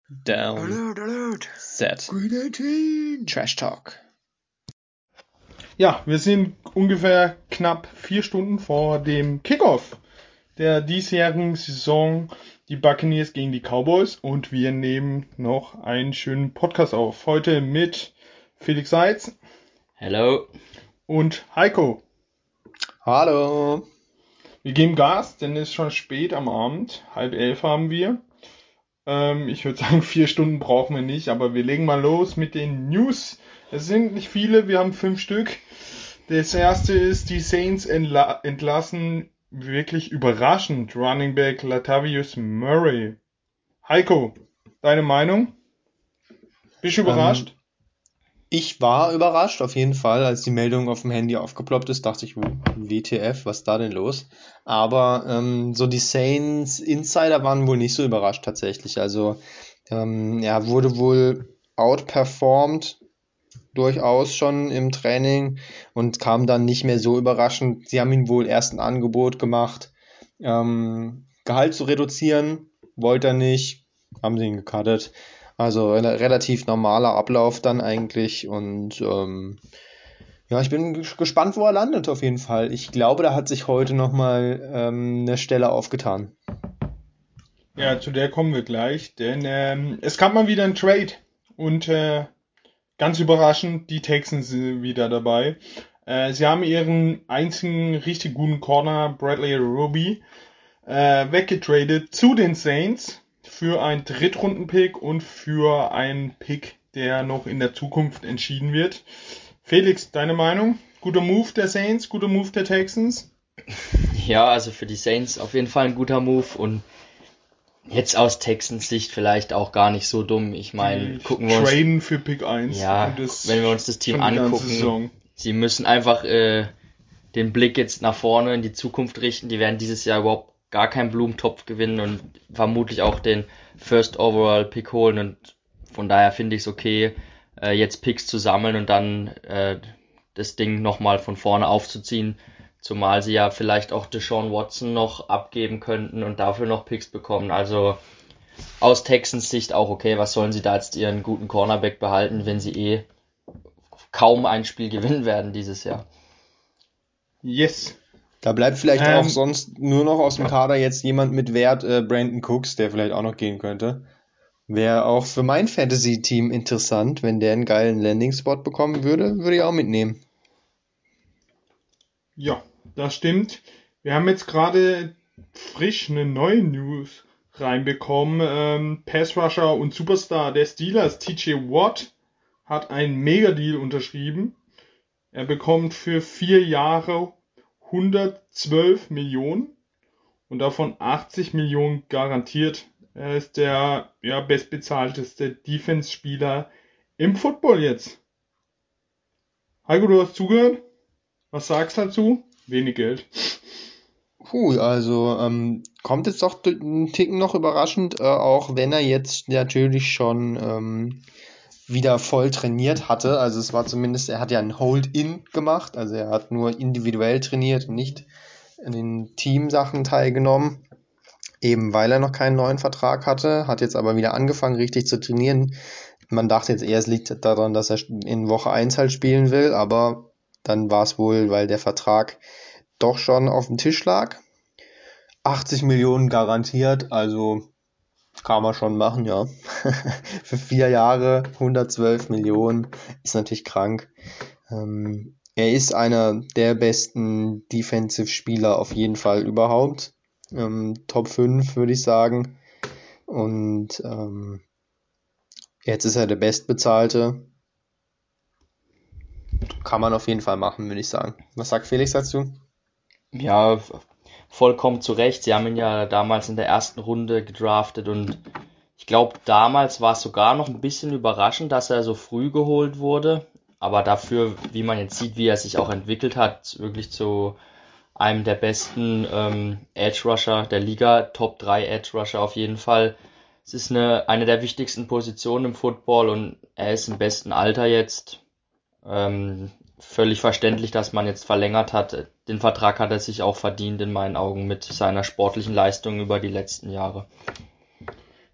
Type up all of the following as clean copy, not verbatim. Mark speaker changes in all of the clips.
Speaker 1: Down,
Speaker 2: Alert.
Speaker 1: Set,
Speaker 2: Green 18.
Speaker 1: Trash Talk.
Speaker 3: Ja, wir sind ungefähr knapp 4 Stunden vor dem Kickoff der diesjährigen Saison, die Buccaneers gegen die Cowboys, und wir nehmen noch einen schönen Podcast auf. Heute mit Felix Seitz.
Speaker 1: Hello.
Speaker 3: Und Heiko.
Speaker 2: Hallo.
Speaker 3: Wir geben Gas, denn es ist schon spät am Abend. 10:30 haben wir. Ich würde sagen, 4 Stunden brauchen wir nicht, aber wir legen mal los mit den News. Es sind nicht viele, wir haben 5 Stück. Das erste ist, die Saints entlassen wirklich überraschend Running Back Latavius Murray. Heiko, deine Meinung? Bist du überrascht?
Speaker 2: Ich war überrascht, auf jeden Fall. Als die Meldung auf dem Handy aufgeploppt ist, dachte ich, WTF, was ist da denn los? Aber so die Saints Insider waren wohl nicht so überrascht tatsächlich. Also er wurde wohl outperformed durchaus schon im Training und kam dann nicht mehr so überraschend. Sie haben ihm wohl erst ein Angebot gemacht, Gehalt zu reduzieren, wollte er nicht, haben sie ihn gecuttet. Also relativ normaler Ablauf dann eigentlich und ja, ich bin gespannt, wo er landet auf jeden Fall. Ich glaube, da hat sich heute nochmal eine Stelle aufgetan.
Speaker 3: Ja, zu der kommen wir gleich, denn es gab mal wieder ein Trade und ganz überraschend, die Texans sind wieder dabei. Sie haben ihren einzigen richtig guten Corner, Bradley Roby, weggetradet zu den Saints für einen Drittrunden-Pick und für einen Pick, der noch in der Zukunft entschieden wird. Felix, deine Meinung? Guter Move der Saints, guter Move der Texans?
Speaker 1: Ja, also für die Saints auf jeden Fall ein guter Move und jetzt aus Texans Sicht vielleicht auch gar nicht so dumm. Ich meine, gucken wir uns
Speaker 3: Traden für Pick 1.
Speaker 1: ja,
Speaker 3: und das
Speaker 1: wenn wir uns das Team
Speaker 3: schon die ganze
Speaker 1: angucken,
Speaker 3: Saison.
Speaker 1: sie müssen einfach den Blick jetzt nach vorne in die Zukunft richten. Die werden dieses Jahr überhaupt gar keinen Blumentopf gewinnen und vermutlich auch den First Overall Pick holen, und von daher finde ich es okay, jetzt Picks zu sammeln und dann das Ding nochmal von vorne aufzuziehen, zumal sie ja vielleicht auch Deshaun Watson noch abgeben könnten und dafür noch Picks bekommen. Also aus Texans Sicht auch okay, was sollen sie da jetzt ihren guten Cornerback behalten, wenn sie kaum ein Spiel gewinnen werden dieses Jahr.
Speaker 3: Yes.
Speaker 2: Da bleibt vielleicht auch sonst nur noch aus dem Kader jetzt jemand mit Wert, Brandon Cooks, der vielleicht auch noch gehen könnte. Wäre auch für mein Fantasy-Team interessant, wenn der einen geilen Landing-Spot bekommen würde, würde ich auch mitnehmen.
Speaker 3: Ja, das stimmt. Wir haben jetzt gerade frisch eine neue News reinbekommen. Pass-Rusher und Superstar der Steelers, TJ Watt, hat einen Mega-Deal unterschrieben. Er bekommt für 4 Jahre 112 Millionen und davon 80 Millionen garantiert. Er ist der bestbezahlteste Defense-Spieler im Football jetzt. Heiko, du hast zugehört? Was sagst du dazu? Wenig Geld.
Speaker 2: Also kommt jetzt doch einen Ticken noch überraschend, auch wenn er jetzt natürlich schon wieder voll trainiert hatte. Also es war zumindest, er hat ja ein Hold-In gemacht, also er hat nur individuell trainiert und nicht in den Teamsachen teilgenommen, eben weil er noch keinen neuen Vertrag hatte, hat jetzt aber wieder angefangen richtig zu trainieren. Man dachte jetzt eher, es liegt daran, dass er in Woche 1 halt spielen will, aber dann war es wohl, weil der Vertrag doch schon auf dem Tisch lag. 80 Millionen garantiert, also kann man schon machen, ja. Für 4 Jahre 112 Millionen ist natürlich krank. Er ist einer der besten Defensive-Spieler auf jeden Fall überhaupt. Top 5 würde ich sagen. Und jetzt ist er der Bestbezahlte. Kann man auf jeden Fall machen, würde ich sagen. Was sagt Felix dazu?
Speaker 1: Ja, vollkommen zu Recht. Sie haben ihn ja damals in der ersten Runde gedraftet und ich glaube, damals war es sogar noch ein bisschen überraschend, dass er so früh geholt wurde. Aber dafür, wie man jetzt sieht, wie er sich auch entwickelt hat, wirklich zu einem der besten Edge Rusher der Liga, Top 3 Edge Rusher auf jeden Fall. Es ist eine der wichtigsten Positionen im Football und er ist im besten Alter jetzt. Völlig verständlich, dass man jetzt verlängert hat. Den Vertrag hat er sich auch verdient in meinen Augen mit seiner sportlichen Leistung über die letzten Jahre.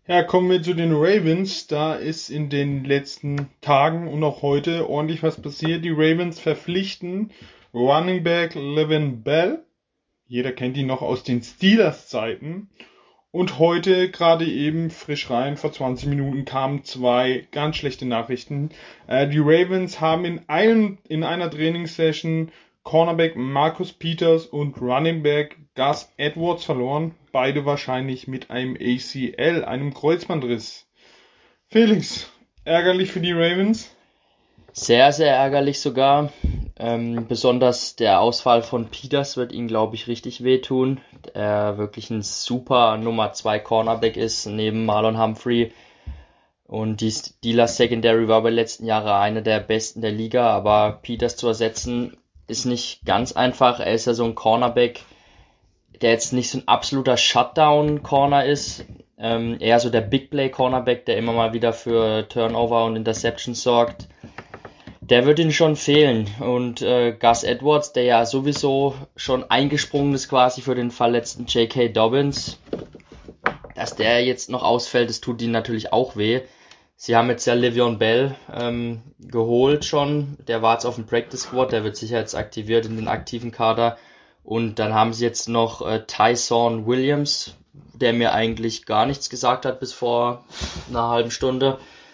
Speaker 3: Ja, kommen wir zu den Ravens. Da ist in den letzten Tagen und auch heute ordentlich was passiert. Die Ravens verpflichten Running Back Le'Veon Bell. Jeder kennt ihn noch aus den Steelers-Zeiten. Und heute gerade eben frisch rein, vor 20 Minuten kamen 2 ganz schlechte Nachrichten. Die Ravens haben in einer Trainingssession Cornerback Marcus Peters und Running Back Gus Edwards verloren. Beide wahrscheinlich mit einem ACL, einem Kreuzbandriss. Felix, ärgerlich für die Ravens?
Speaker 1: Sehr, sehr ärgerlich sogar. Besonders der Ausfall von Peters wird ihn, glaube ich, richtig wehtun. Er wirklich ein super Nummer 2 Cornerback ist, neben Marlon Humphrey. Und die Steelers Secondary war über die letzten Jahre eine der besten der Liga, aber Peters zu ersetzen ist nicht ganz einfach. Er ist ja so ein Cornerback, der jetzt nicht so ein absoluter Shutdown-Corner ist. Eher so der Big Play-Cornerback, der immer mal wieder für Turnover und Interceptions sorgt. Der wird ihnen schon fehlen. Und Gus Edwards, der ja sowieso schon eingesprungen ist quasi für den verletzten J.K. Dobbins, dass der jetzt noch ausfällt, das tut ihnen natürlich auch weh. Sie haben jetzt ja Le'Veon Bell geholt schon. Der war jetzt auf dem Practice Squad, der wird sicher jetzt aktiviert in den aktiven Kader. Und dann haben sie jetzt noch Tyson Williams, der mir eigentlich gar nichts gesagt hat bis vor einer halben Stunde.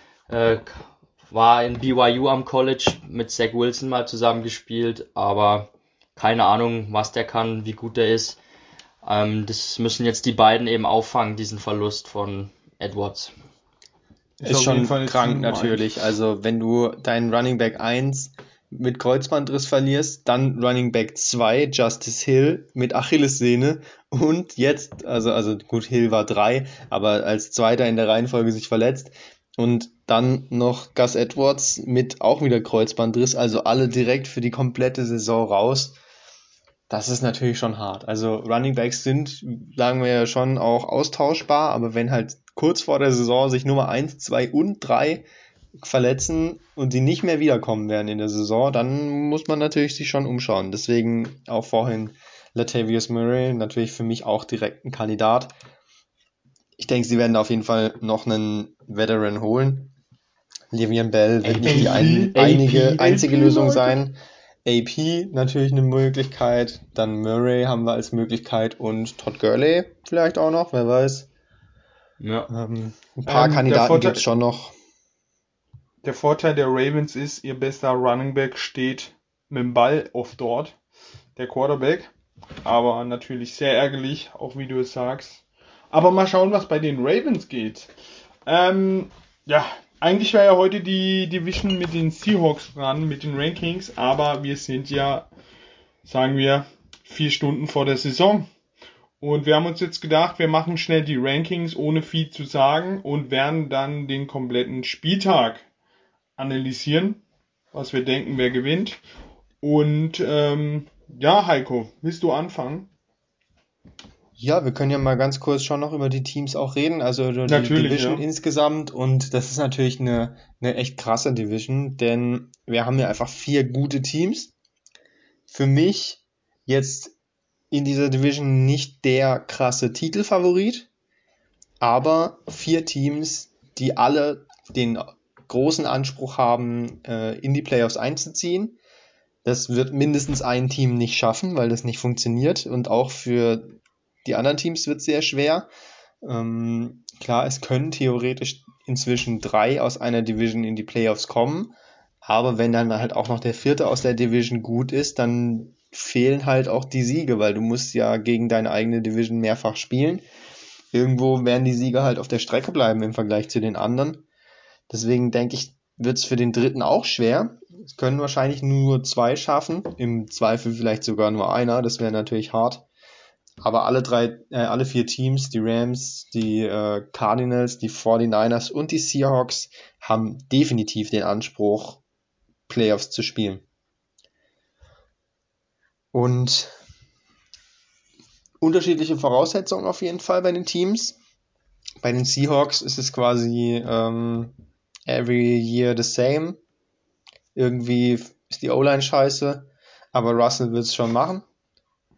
Speaker 1: War in BYU am College mit Zach Wilson mal zusammengespielt, aber keine Ahnung, was der kann, wie gut der ist. Das müssen jetzt die beiden eben auffangen, diesen Verlust von Edwards.
Speaker 2: Ist schon krank natürlich. Also wenn du deinen Running Back 1 mit Kreuzbandriss verlierst, dann Running Back 2, Justice Hill mit Achillessehne und jetzt, also gut, Hill war 3, aber als Zweiter in der Reihenfolge sich verletzt und dann noch Gus Edwards mit auch wieder Kreuzbandriss, also alle direkt für die komplette Saison raus. Das ist natürlich schon hart. Also Running Backs sind, sagen wir ja schon, auch austauschbar, aber wenn halt kurz vor der Saison sich Nummer 1, 2 und 3 verletzen und sie nicht mehr wiederkommen werden in der Saison, dann muss man natürlich sich schon umschauen. Deswegen auch vorhin Latavius Murray, natürlich für mich auch direkt ein Kandidat. Ich denke, sie werden da auf jeden Fall noch einen Veteran holen. Le'Veon Bell wird nicht die einzige Lösung sein. AP natürlich eine Möglichkeit, dann Murray haben wir als Möglichkeit und Todd Gurley vielleicht auch noch, wer weiß.
Speaker 1: Ja.
Speaker 2: Ein paar Kandidaten gibt es schon noch.
Speaker 3: Der Vorteil der Ravens ist, ihr bester Running Back steht mit dem Ball oft dort, der Quarterback. Aber natürlich sehr ärgerlich, auch wie du es sagst. Aber mal schauen, was bei den Ravens geht. Eigentlich war ja heute die Division mit den Seahawks dran, mit den Rankings, aber wir sind ja, sagen wir, 4 Stunden vor der Saison. Und wir haben uns jetzt gedacht, wir machen schnell die Rankings, ohne viel zu sagen, und werden dann den kompletten Spieltag analysieren, was wir denken, wer gewinnt. Und Heiko, willst du anfangen?
Speaker 2: Ja, wir können ja mal ganz kurz schon noch über die Teams auch reden, also über die Division insgesamt, und das ist natürlich eine echt krasse Division, denn wir haben ja einfach 4 gute Teams. Für mich jetzt in dieser Division nicht der krasse Titelfavorit, aber 4 Teams, die alle den großen Anspruch haben, in die Playoffs einzuziehen. Das wird mindestens ein Team nicht schaffen, weil das nicht funktioniert, und auch für die anderen Teams wird es sehr schwer. Klar, es können theoretisch inzwischen 3 aus einer Division in die Playoffs kommen, aber wenn dann halt auch noch der 4. aus der Division gut ist, dann fehlen halt auch die Siege, weil du musst ja gegen deine eigene Division mehrfach spielen. Irgendwo werden die Siege halt auf der Strecke bleiben im Vergleich zu den anderen. Deswegen denke ich, wird es für den 3. auch schwer. Es können wahrscheinlich nur 2 schaffen, im Zweifel vielleicht sogar nur einer, das wäre natürlich hart. Aber alle 4 Teams, die Rams, die Cardinals, die 49ers und die Seahawks, haben definitiv den Anspruch, Playoffs zu spielen. Und unterschiedliche Voraussetzungen auf jeden Fall bei den Teams. Bei den Seahawks ist es quasi every year the same. Irgendwie ist die O-Line scheiße, aber Russell wird es schon machen.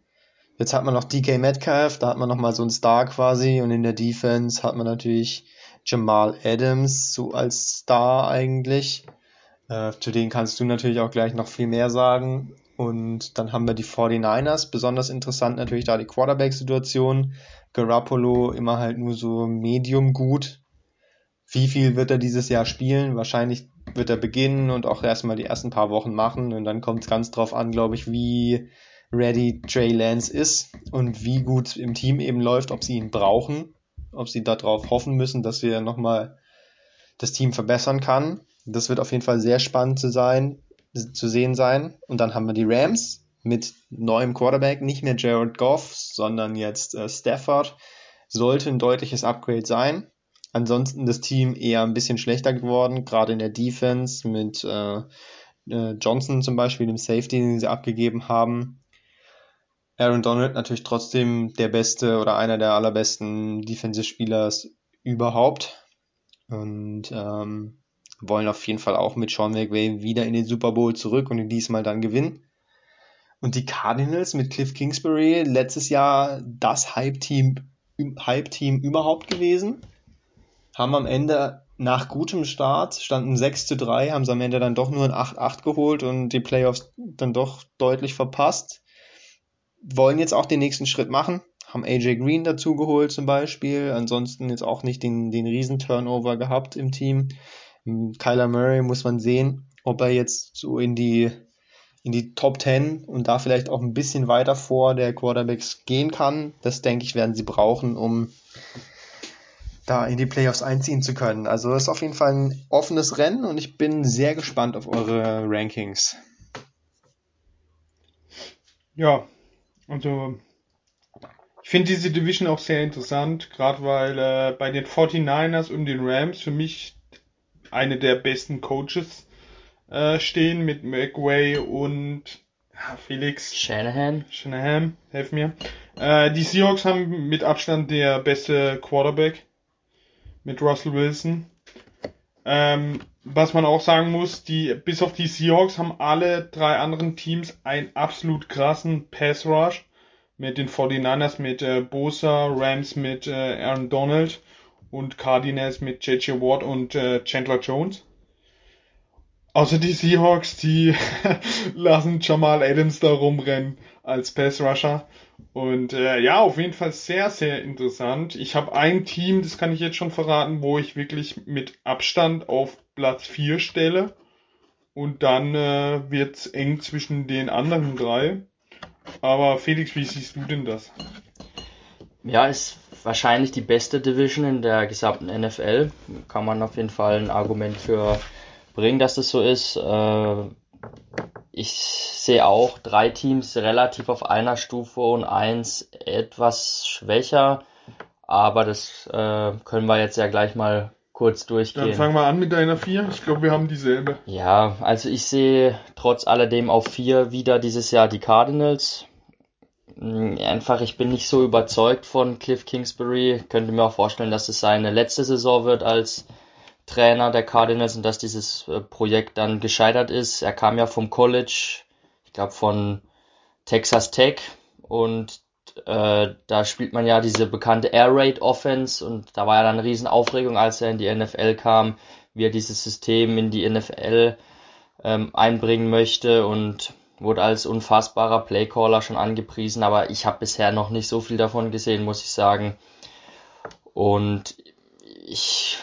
Speaker 2: Jetzt hat man noch DK Metcalf, da hat man nochmal so einen Star quasi, und in der Defense hat man natürlich Jamal Adams so als Star eigentlich. Zu denen kannst du natürlich auch gleich noch viel mehr sagen. Und dann haben wir die 49ers, besonders interessant natürlich da die Quarterback-Situation. Garoppolo immer halt nur so medium gut. Wie viel wird er dieses Jahr spielen? Wahrscheinlich wird er beginnen und auch erstmal die ersten paar Wochen machen. Und dann kommt es ganz drauf an, glaube ich, wie ready Trey Lance ist und wie gut im Team eben läuft, ob sie ihn brauchen, ob sie darauf hoffen müssen, dass wir nochmal das Team verbessern kann. Das wird auf jeden Fall sehr spannend zu sehen sein. Und dann haben wir die Rams mit neuem Quarterback, nicht mehr Jared Goff, sondern jetzt Stafford. Sollte ein deutliches Upgrade sein. Ansonsten das Team eher ein bisschen schlechter geworden, gerade in der Defense mit Johnson zum Beispiel, dem Safety, den sie abgegeben haben. Aaron Donald natürlich trotzdem der beste oder einer der allerbesten Defensive-Spieler überhaupt. Und wollen auf jeden Fall auch mit Sean McVay wieder in den Super Bowl zurück und ihn diesmal dann gewinnen. Und die Cardinals mit Cliff Kingsbury, letztes Jahr das Hype-Team überhaupt gewesen, haben am Ende nach gutem Start, standen 6-3, haben sie am Ende dann doch nur ein 8-8 geholt und die Playoffs dann doch deutlich verpasst. Wollen jetzt auch den nächsten Schritt machen, haben AJ Green dazu geholt zum Beispiel, ansonsten jetzt auch nicht den Riesen-Turnover gehabt im Team. Kyler Murray muss man sehen, ob er jetzt so in die Top 10 und da vielleicht auch ein bisschen weiter vor der Quarterbacks gehen kann. Das, denke ich, werden sie brauchen, um da in die Playoffs einziehen zu können. Also ist auf jeden Fall ein offenes Rennen und ich bin sehr gespannt auf eure Rankings.
Speaker 3: Ja, also ich finde diese Division auch sehr interessant, gerade weil bei den 49ers und den Rams für mich eine der besten Coaches stehen mit McVay und Felix
Speaker 1: Shanahan.
Speaker 3: helf mir. Die Seahawks haben mit Abstand der beste Quarterback mit Russell Wilson. Was man auch sagen muss, bis auf die Seahawks haben alle drei anderen Teams einen absolut krassen Pass Rush. Mit den 49ers mit Bosa, Rams mit Aaron Donald und Cardinals mit J.J. Watt und Chandler Jones. Außer die Seahawks, die lassen Jamal Adams da rumrennen als Pass Rusher. Und ja, auf jeden Fall sehr, sehr interessant. Ich habe ein Team, das kann ich jetzt schon verraten, wo ich wirklich mit Abstand auf Platz 4 stelle. Und dann wird's eng zwischen den anderen drei. Aber Felix, wie siehst du denn das?
Speaker 1: Ja, ist wahrscheinlich die beste Division in der gesamten NFL. Kann man auf jeden Fall ein Argument für bringen, dass das so ist. Ich sehe auch 3 Teams relativ auf einer Stufe und 1 etwas schwächer. Aber das können wir jetzt ja gleich mal kurz durchgehen.
Speaker 3: Dann fangen wir an mit deiner 4. Ich glaube, wir haben dieselbe.
Speaker 1: Ja, also ich sehe trotz alledem auf 4 wieder dieses Jahr die Cardinals. Einfach, ich bin nicht so überzeugt von Cliff Kingsbury. Könnte mir auch vorstellen, dass es seine letzte Saison wird als Trainer der Cardinals und dass dieses Projekt dann gescheitert ist. Er kam ja vom College, ich glaube von Texas Tech, und da spielt man ja diese bekannte Air Raid Offense und da war ja dann eine riesen Aufregung, als er in die NFL kam, wie er dieses System in die NFL einbringen möchte, und wurde als unfassbarer Playcaller schon angepriesen, aber ich habe bisher noch nicht so viel davon gesehen, muss ich sagen. Und ich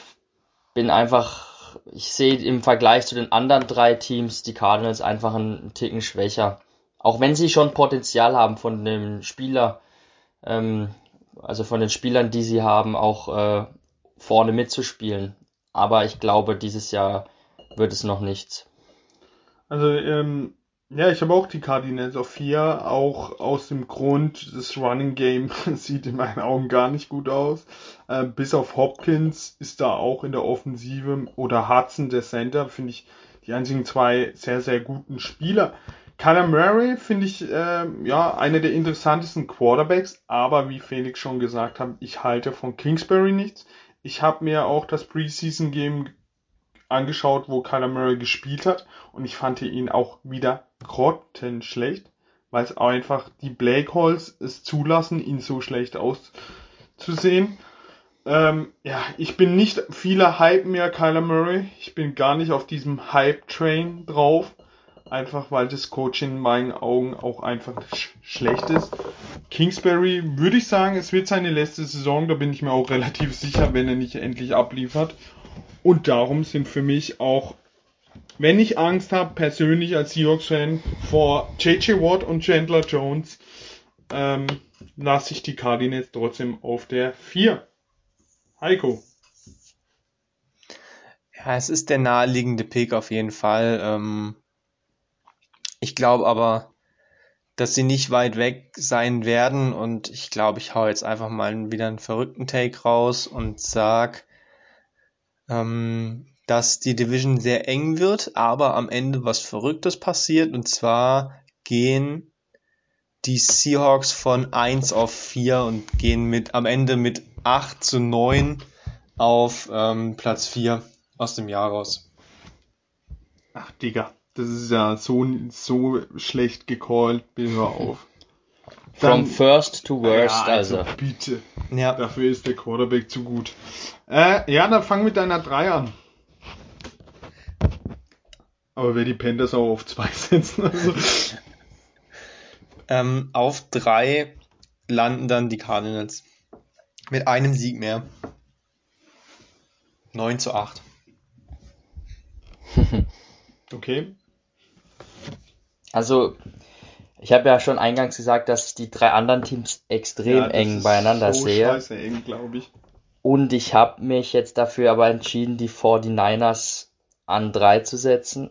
Speaker 1: sehe im Vergleich zu den anderen 3 Teams die Cardinals einfach einen Ticken schwächer. Auch wenn sie schon Potenzial haben von dem Spieler, also von den Spielern, die sie haben, auch vorne mitzuspielen. Aber ich glaube, dieses Jahr wird es noch nichts.
Speaker 3: Also, ja, ich habe auch die Cardinals auf 4, auch aus dem Grund, das Running Game sieht in meinen Augen gar nicht gut aus. Bis auf Hopkins ist da auch in der Offensive oder Hudson, der Center, finde ich die einzigen 2 sehr, sehr guten Spieler. Kyler Murray finde ich ja einer der interessantesten Quarterbacks, aber wie Felix schon gesagt hat, ich halte von Kingsbury nichts. Ich habe mir auch das Preseason Game angeschaut, wo Kyler Murray gespielt hat, und ich fand ihn auch wieder grottenschlecht, weil es einfach die Blake Holes es zulassen, ihn so schlecht auszusehen. Ich bin nicht vieler Hype mehr, Kyler Murray. Ich bin gar nicht auf diesem Hype-Train drauf. Einfach weil das Coaching in meinen Augen auch einfach schlecht ist. Kingsbury würde ich sagen, es wird seine letzte Saison, da bin ich mir auch relativ sicher, wenn er nicht endlich abliefert. Und darum sind für mich auch, wenn ich Angst habe, persönlich als Seahawks-Fan vor J.J. Watt und Chandler Jones, lasse ich die Cardinals trotzdem auf der 4. Heiko.
Speaker 2: Ja, es ist der naheliegende Pick auf jeden Fall. Ich glaube aber, dass sie nicht weit weg sein werden und ich glaube, ich hau jetzt einfach mal wieder einen verrückten Take raus und sag, dass die Division sehr eng wird, aber am Ende was Verrücktes passiert und zwar gehen die Seahawks von 1 auf 4 und gehen am Ende mit 8-9 auf Platz 4 aus dem Jahr raus.
Speaker 3: Ach, Digga, das ist ja so schlecht gecallt. Hör auf.
Speaker 1: From first to worst,
Speaker 3: ja, also. Bitte. Ja. Dafür ist der Quarterback zu gut. Dann fang mit deiner 3 an. Aber wer die Panthers auch auf 2 setzen, also.
Speaker 2: Auf 3 landen dann die Cardinals. Mit einem Sieg mehr. 9-8.
Speaker 3: Okay.
Speaker 1: Also, ich habe ja schon eingangs gesagt, dass ich die 3 anderen Teams extrem eng beieinander sehe.
Speaker 3: Scheiße eng, glaube ich.
Speaker 1: Und ich habe mich jetzt dafür aber entschieden, die 49ers an 3 zu setzen,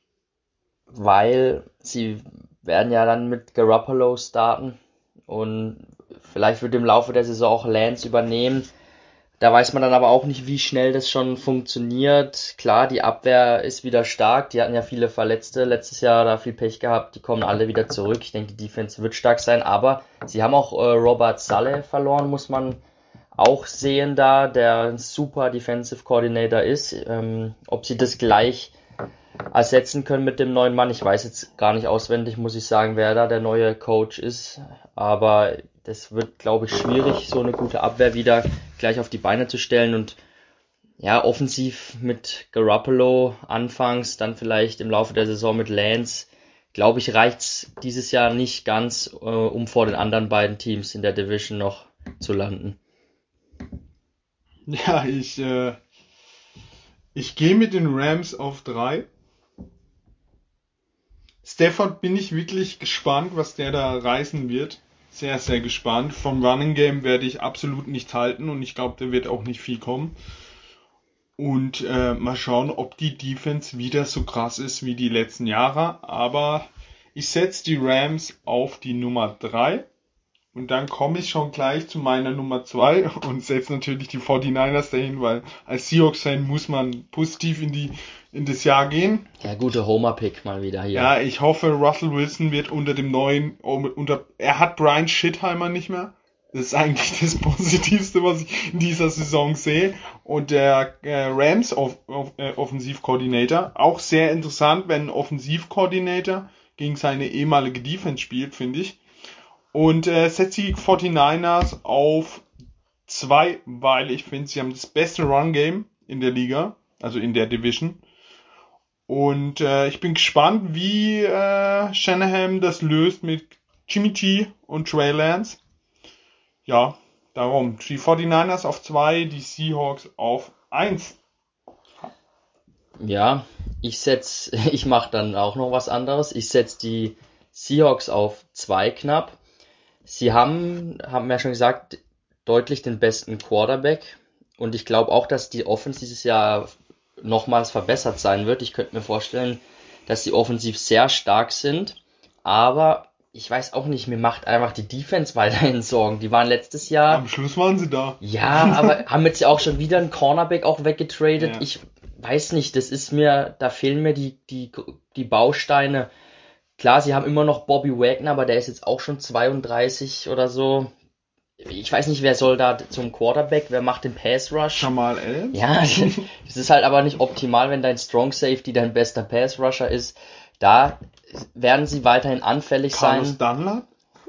Speaker 1: weil sie werden ja dann mit Garoppolo starten und vielleicht wird im Laufe der Saison auch Lance übernehmen. Da weiß man dann aber auch nicht, wie schnell das schon funktioniert. Klar, die Abwehr ist wieder stark. Die hatten ja viele Verletzte letztes Jahr, da viel Pech gehabt. Die kommen alle wieder zurück. Ich denke, die Defense wird stark sein. Aber sie haben auch Robert Saleh verloren, muss man auch sehen da, der ein super Defensive Coordinator ist. Ob sie das gleich ersetzen können mit dem neuen Mann, ich weiß jetzt gar nicht auswendig, muss ich sagen, wer da der neue Coach ist. Aber das wird, glaube ich, schwierig, so eine gute Abwehr wieder gleich auf die Beine zu stellen. Und ja, offensiv mit Garoppolo anfangs, dann vielleicht im Laufe der Saison mit Lance, glaube ich, reicht's dieses Jahr nicht ganz, um vor den anderen beiden Teams in der Division noch zu landen.
Speaker 3: Ja, ich gehe mit den Rams auf 3. Stafford bin ich wirklich gespannt, was der da reißen wird. Sehr, sehr gespannt. Vom Running Game werde ich absolut nichts halten und ich glaube, da wird auch nicht viel kommen. Und mal schauen, ob die Defense wieder so krass ist wie die letzten Jahre. Aber ich setze die Rams auf die Nummer 3. Und dann komme ich schon gleich zu meiner Nummer 2 und setze natürlich die 49ers dahin, weil als Seahawks-Fan muss man positiv in das Jahr gehen.
Speaker 1: Ja, gute Homer-Pick mal wieder hier.
Speaker 3: Ja, ich hoffe, Russell Wilson wird er hat Brian Schitheimer nicht mehr. Das ist eigentlich das Positivste, was ich in dieser Saison sehe. Und der Rams Offensivkoordinator, auch sehr interessant, wenn ein Offensivkoordinator gegen seine ehemalige Defense spielt, finde ich. Und setze die 49ers auf 2, weil ich finde, sie haben das beste Run-Game in der Liga, also in der Division. Und ich bin gespannt, wie Shanahan das löst mit Jimmy G und Trey Lance. Ja, darum. Die 49ers auf 2, die Seahawks auf 1.
Speaker 1: Ja, ich mache dann auch noch was anderes. Ich setze die Seahawks auf 2 knapp. Sie haben wir ja schon gesagt, deutlich den besten Quarterback. Und ich glaube auch, dass die Offense dieses Jahr nochmals verbessert sein wird. Ich könnte mir vorstellen, dass sie offensiv sehr stark sind. Aber ich weiß auch nicht, mir macht einfach die Defense weiterhin Sorgen. Die waren letztes Jahr...
Speaker 3: Am Schluss waren sie da.
Speaker 1: Ja, aber haben jetzt ja auch schon wieder einen Cornerback auch weggetradet.
Speaker 3: Ja.
Speaker 1: Ich weiß nicht, da fehlen mir die Bausteine. Klar, sie haben immer noch Bobby Wagner, aber der ist jetzt auch schon 32 oder so. Ich weiß nicht, wer soll da zum Quarterback, wer macht den Pass Rush?
Speaker 3: Jamal Adams?
Speaker 1: Ja, das ist halt aber nicht optimal, wenn dein Strong Safety dein bester Pass Rusher ist. Da werden sie weiterhin anfällig
Speaker 3: Carlos
Speaker 1: sein.
Speaker 3: Dunlap?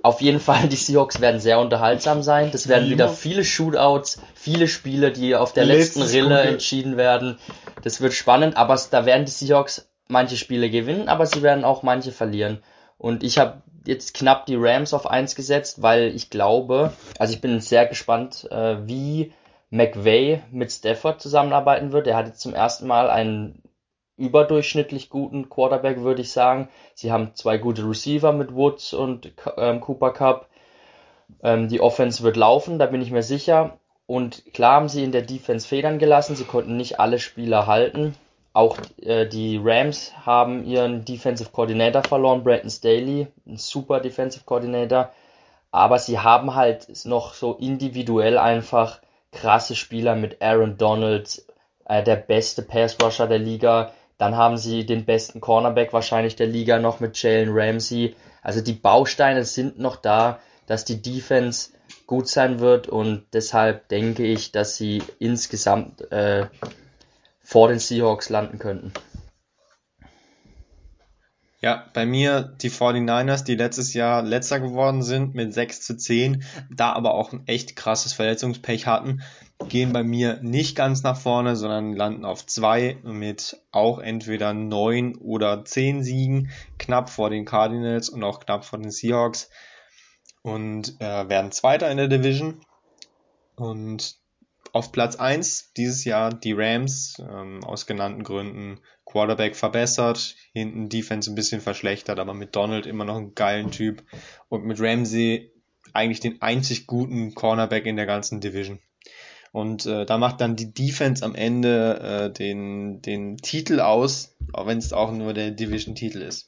Speaker 1: auf jeden Fall, die Seahawks werden sehr unterhaltsam sein. Das werden
Speaker 3: Wie
Speaker 1: wieder
Speaker 3: immer.
Speaker 1: viele Shootouts, viele Spiele, die auf der letzten
Speaker 3: Letzte
Speaker 1: Rille
Speaker 3: Sekunde.
Speaker 1: entschieden werden. Das wird spannend, aber da werden die Seahawks manche Spiele gewinnen, aber sie werden auch manche verlieren. Und ich habe jetzt knapp die Rams auf 1 gesetzt, weil ich glaube, also ich bin sehr gespannt, wie McVay mit Stafford zusammenarbeiten wird. Er hat jetzt zum ersten Mal einen überdurchschnittlich guten Quarterback, würde ich sagen. Sie haben 2 gute Receiver mit Woods und Cooper Kupp. Die Offense wird laufen, da bin ich mir sicher. Und klar haben sie in der Defense Federn gelassen. Sie konnten nicht alle Spieler halten. Auch die Rams haben ihren Defensive Coordinator verloren, Brandon Staley, ein super Defensive Coordinator. Aber sie haben halt noch so individuell einfach krasse Spieler mit Aaron Donald, der beste Pass Rusher der Liga. Dann haben sie den besten Cornerback wahrscheinlich der Liga noch mit Jalen Ramsey. Also die Bausteine sind noch da, dass die Defense gut sein wird und deshalb denke ich, dass sie insgesamt vor den Seahawks landen könnten.
Speaker 2: Ja, bei mir die 49ers, die letztes Jahr letzter geworden sind mit 6-10, da aber auch ein echt krasses Verletzungspech hatten, gehen bei mir nicht ganz nach vorne, sondern landen auf 2 mit auch entweder 9 oder 10 Siegen, knapp vor den Cardinals und auch knapp vor den Seahawks und werden Zweiter in der Division. Und auf Platz 1 dieses Jahr die Rams, aus genannten Gründen Quarterback verbessert, hinten Defense ein bisschen verschlechtert, aber mit Donald immer noch einen geilen Typ und mit Ramsey eigentlich den einzig guten Cornerback in der ganzen Division. Und da macht dann die Defense am Ende den Titel aus, auch wenn es auch nur der Division-Titel ist.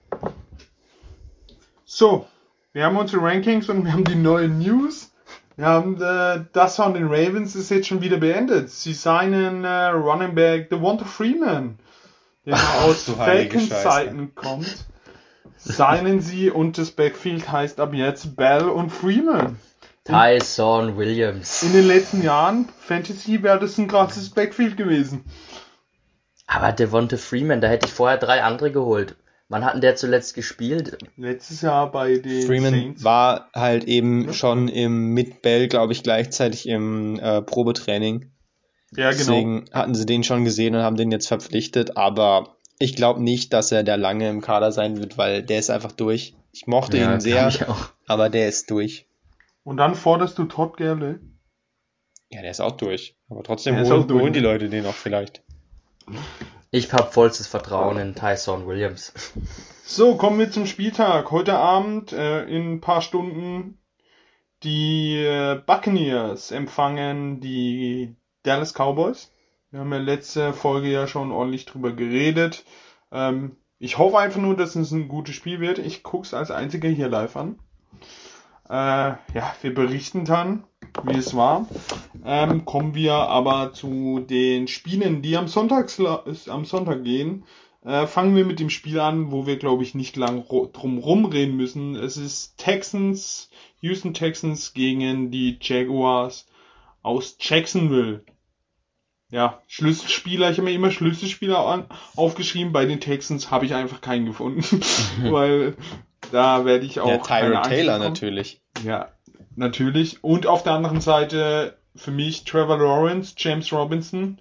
Speaker 3: So, wir haben unsere Rankings und wir haben die neuen News. Wir haben das von den Ravens ist jetzt schon wieder beendet. Sie signen Running Back Devonta Freeman, der aus
Speaker 2: du heilige
Speaker 3: Falcons
Speaker 2: Scheiße.
Speaker 3: Seiten kommt. Signen sie und das Backfield heißt ab jetzt Bell und Freeman.
Speaker 1: Tyson Williams.
Speaker 3: In den letzten Jahren, Fantasy, wäre das ein krasses Backfield gewesen.
Speaker 1: Aber Devonta Freeman, da hätte ich vorher 3 andere geholt. Wann hat denn der zuletzt gespielt?
Speaker 3: Letztes Jahr bei den
Speaker 2: Freeman
Speaker 3: Saints.
Speaker 2: war halt eben schon mit Bell, glaube ich, gleichzeitig im Probetraining.
Speaker 3: Ja, genau.
Speaker 2: Deswegen hatten sie den schon gesehen und haben den jetzt verpflichtet, aber ich glaube nicht, dass er der lange im Kader sein wird, weil der ist einfach durch. Ich mochte ihn sehr,
Speaker 1: glaub ich auch.
Speaker 2: aber der ist durch.
Speaker 3: Und dann forderst du Todd Gurley.
Speaker 2: Ja, der ist auch durch. Aber trotzdem
Speaker 3: Der ist auch durch,
Speaker 2: holen die
Speaker 3: ne?
Speaker 2: Leute den auch vielleicht.
Speaker 1: Ich habe vollstes Vertrauen in Tyson Williams.
Speaker 3: So, kommen wir zum Spieltag. Heute Abend, in ein paar Stunden, die Buccaneers empfangen die Dallas Cowboys. Wir haben ja letzte Folge ja schon ordentlich drüber geredet. Ich hoffe einfach nur, dass es ein gutes Spiel wird. Ich gucke es als einziger hier live an. Ja, wir berichten dann, wie es war. Kommen wir aber zu den Spielen, die am Sonntag gehen. Fangen wir mit dem Spiel an, wo wir, glaube ich, nicht lang drum rumreden müssen. Es ist Houston Texans gegen die Jaguars aus Jacksonville. Ja, Schlüsselspieler, ich habe mir immer Schlüsselspieler aufgeschrieben. Bei den Texans habe ich einfach keinen gefunden, weil da werde ich auch
Speaker 2: Ja,
Speaker 3: keine
Speaker 2: Tyrod
Speaker 3: Angst
Speaker 2: Taylor
Speaker 3: bekommen.
Speaker 2: natürlich.
Speaker 3: Ja, natürlich. Und auf der anderen Seite für mich Trevor Lawrence, James Robinson.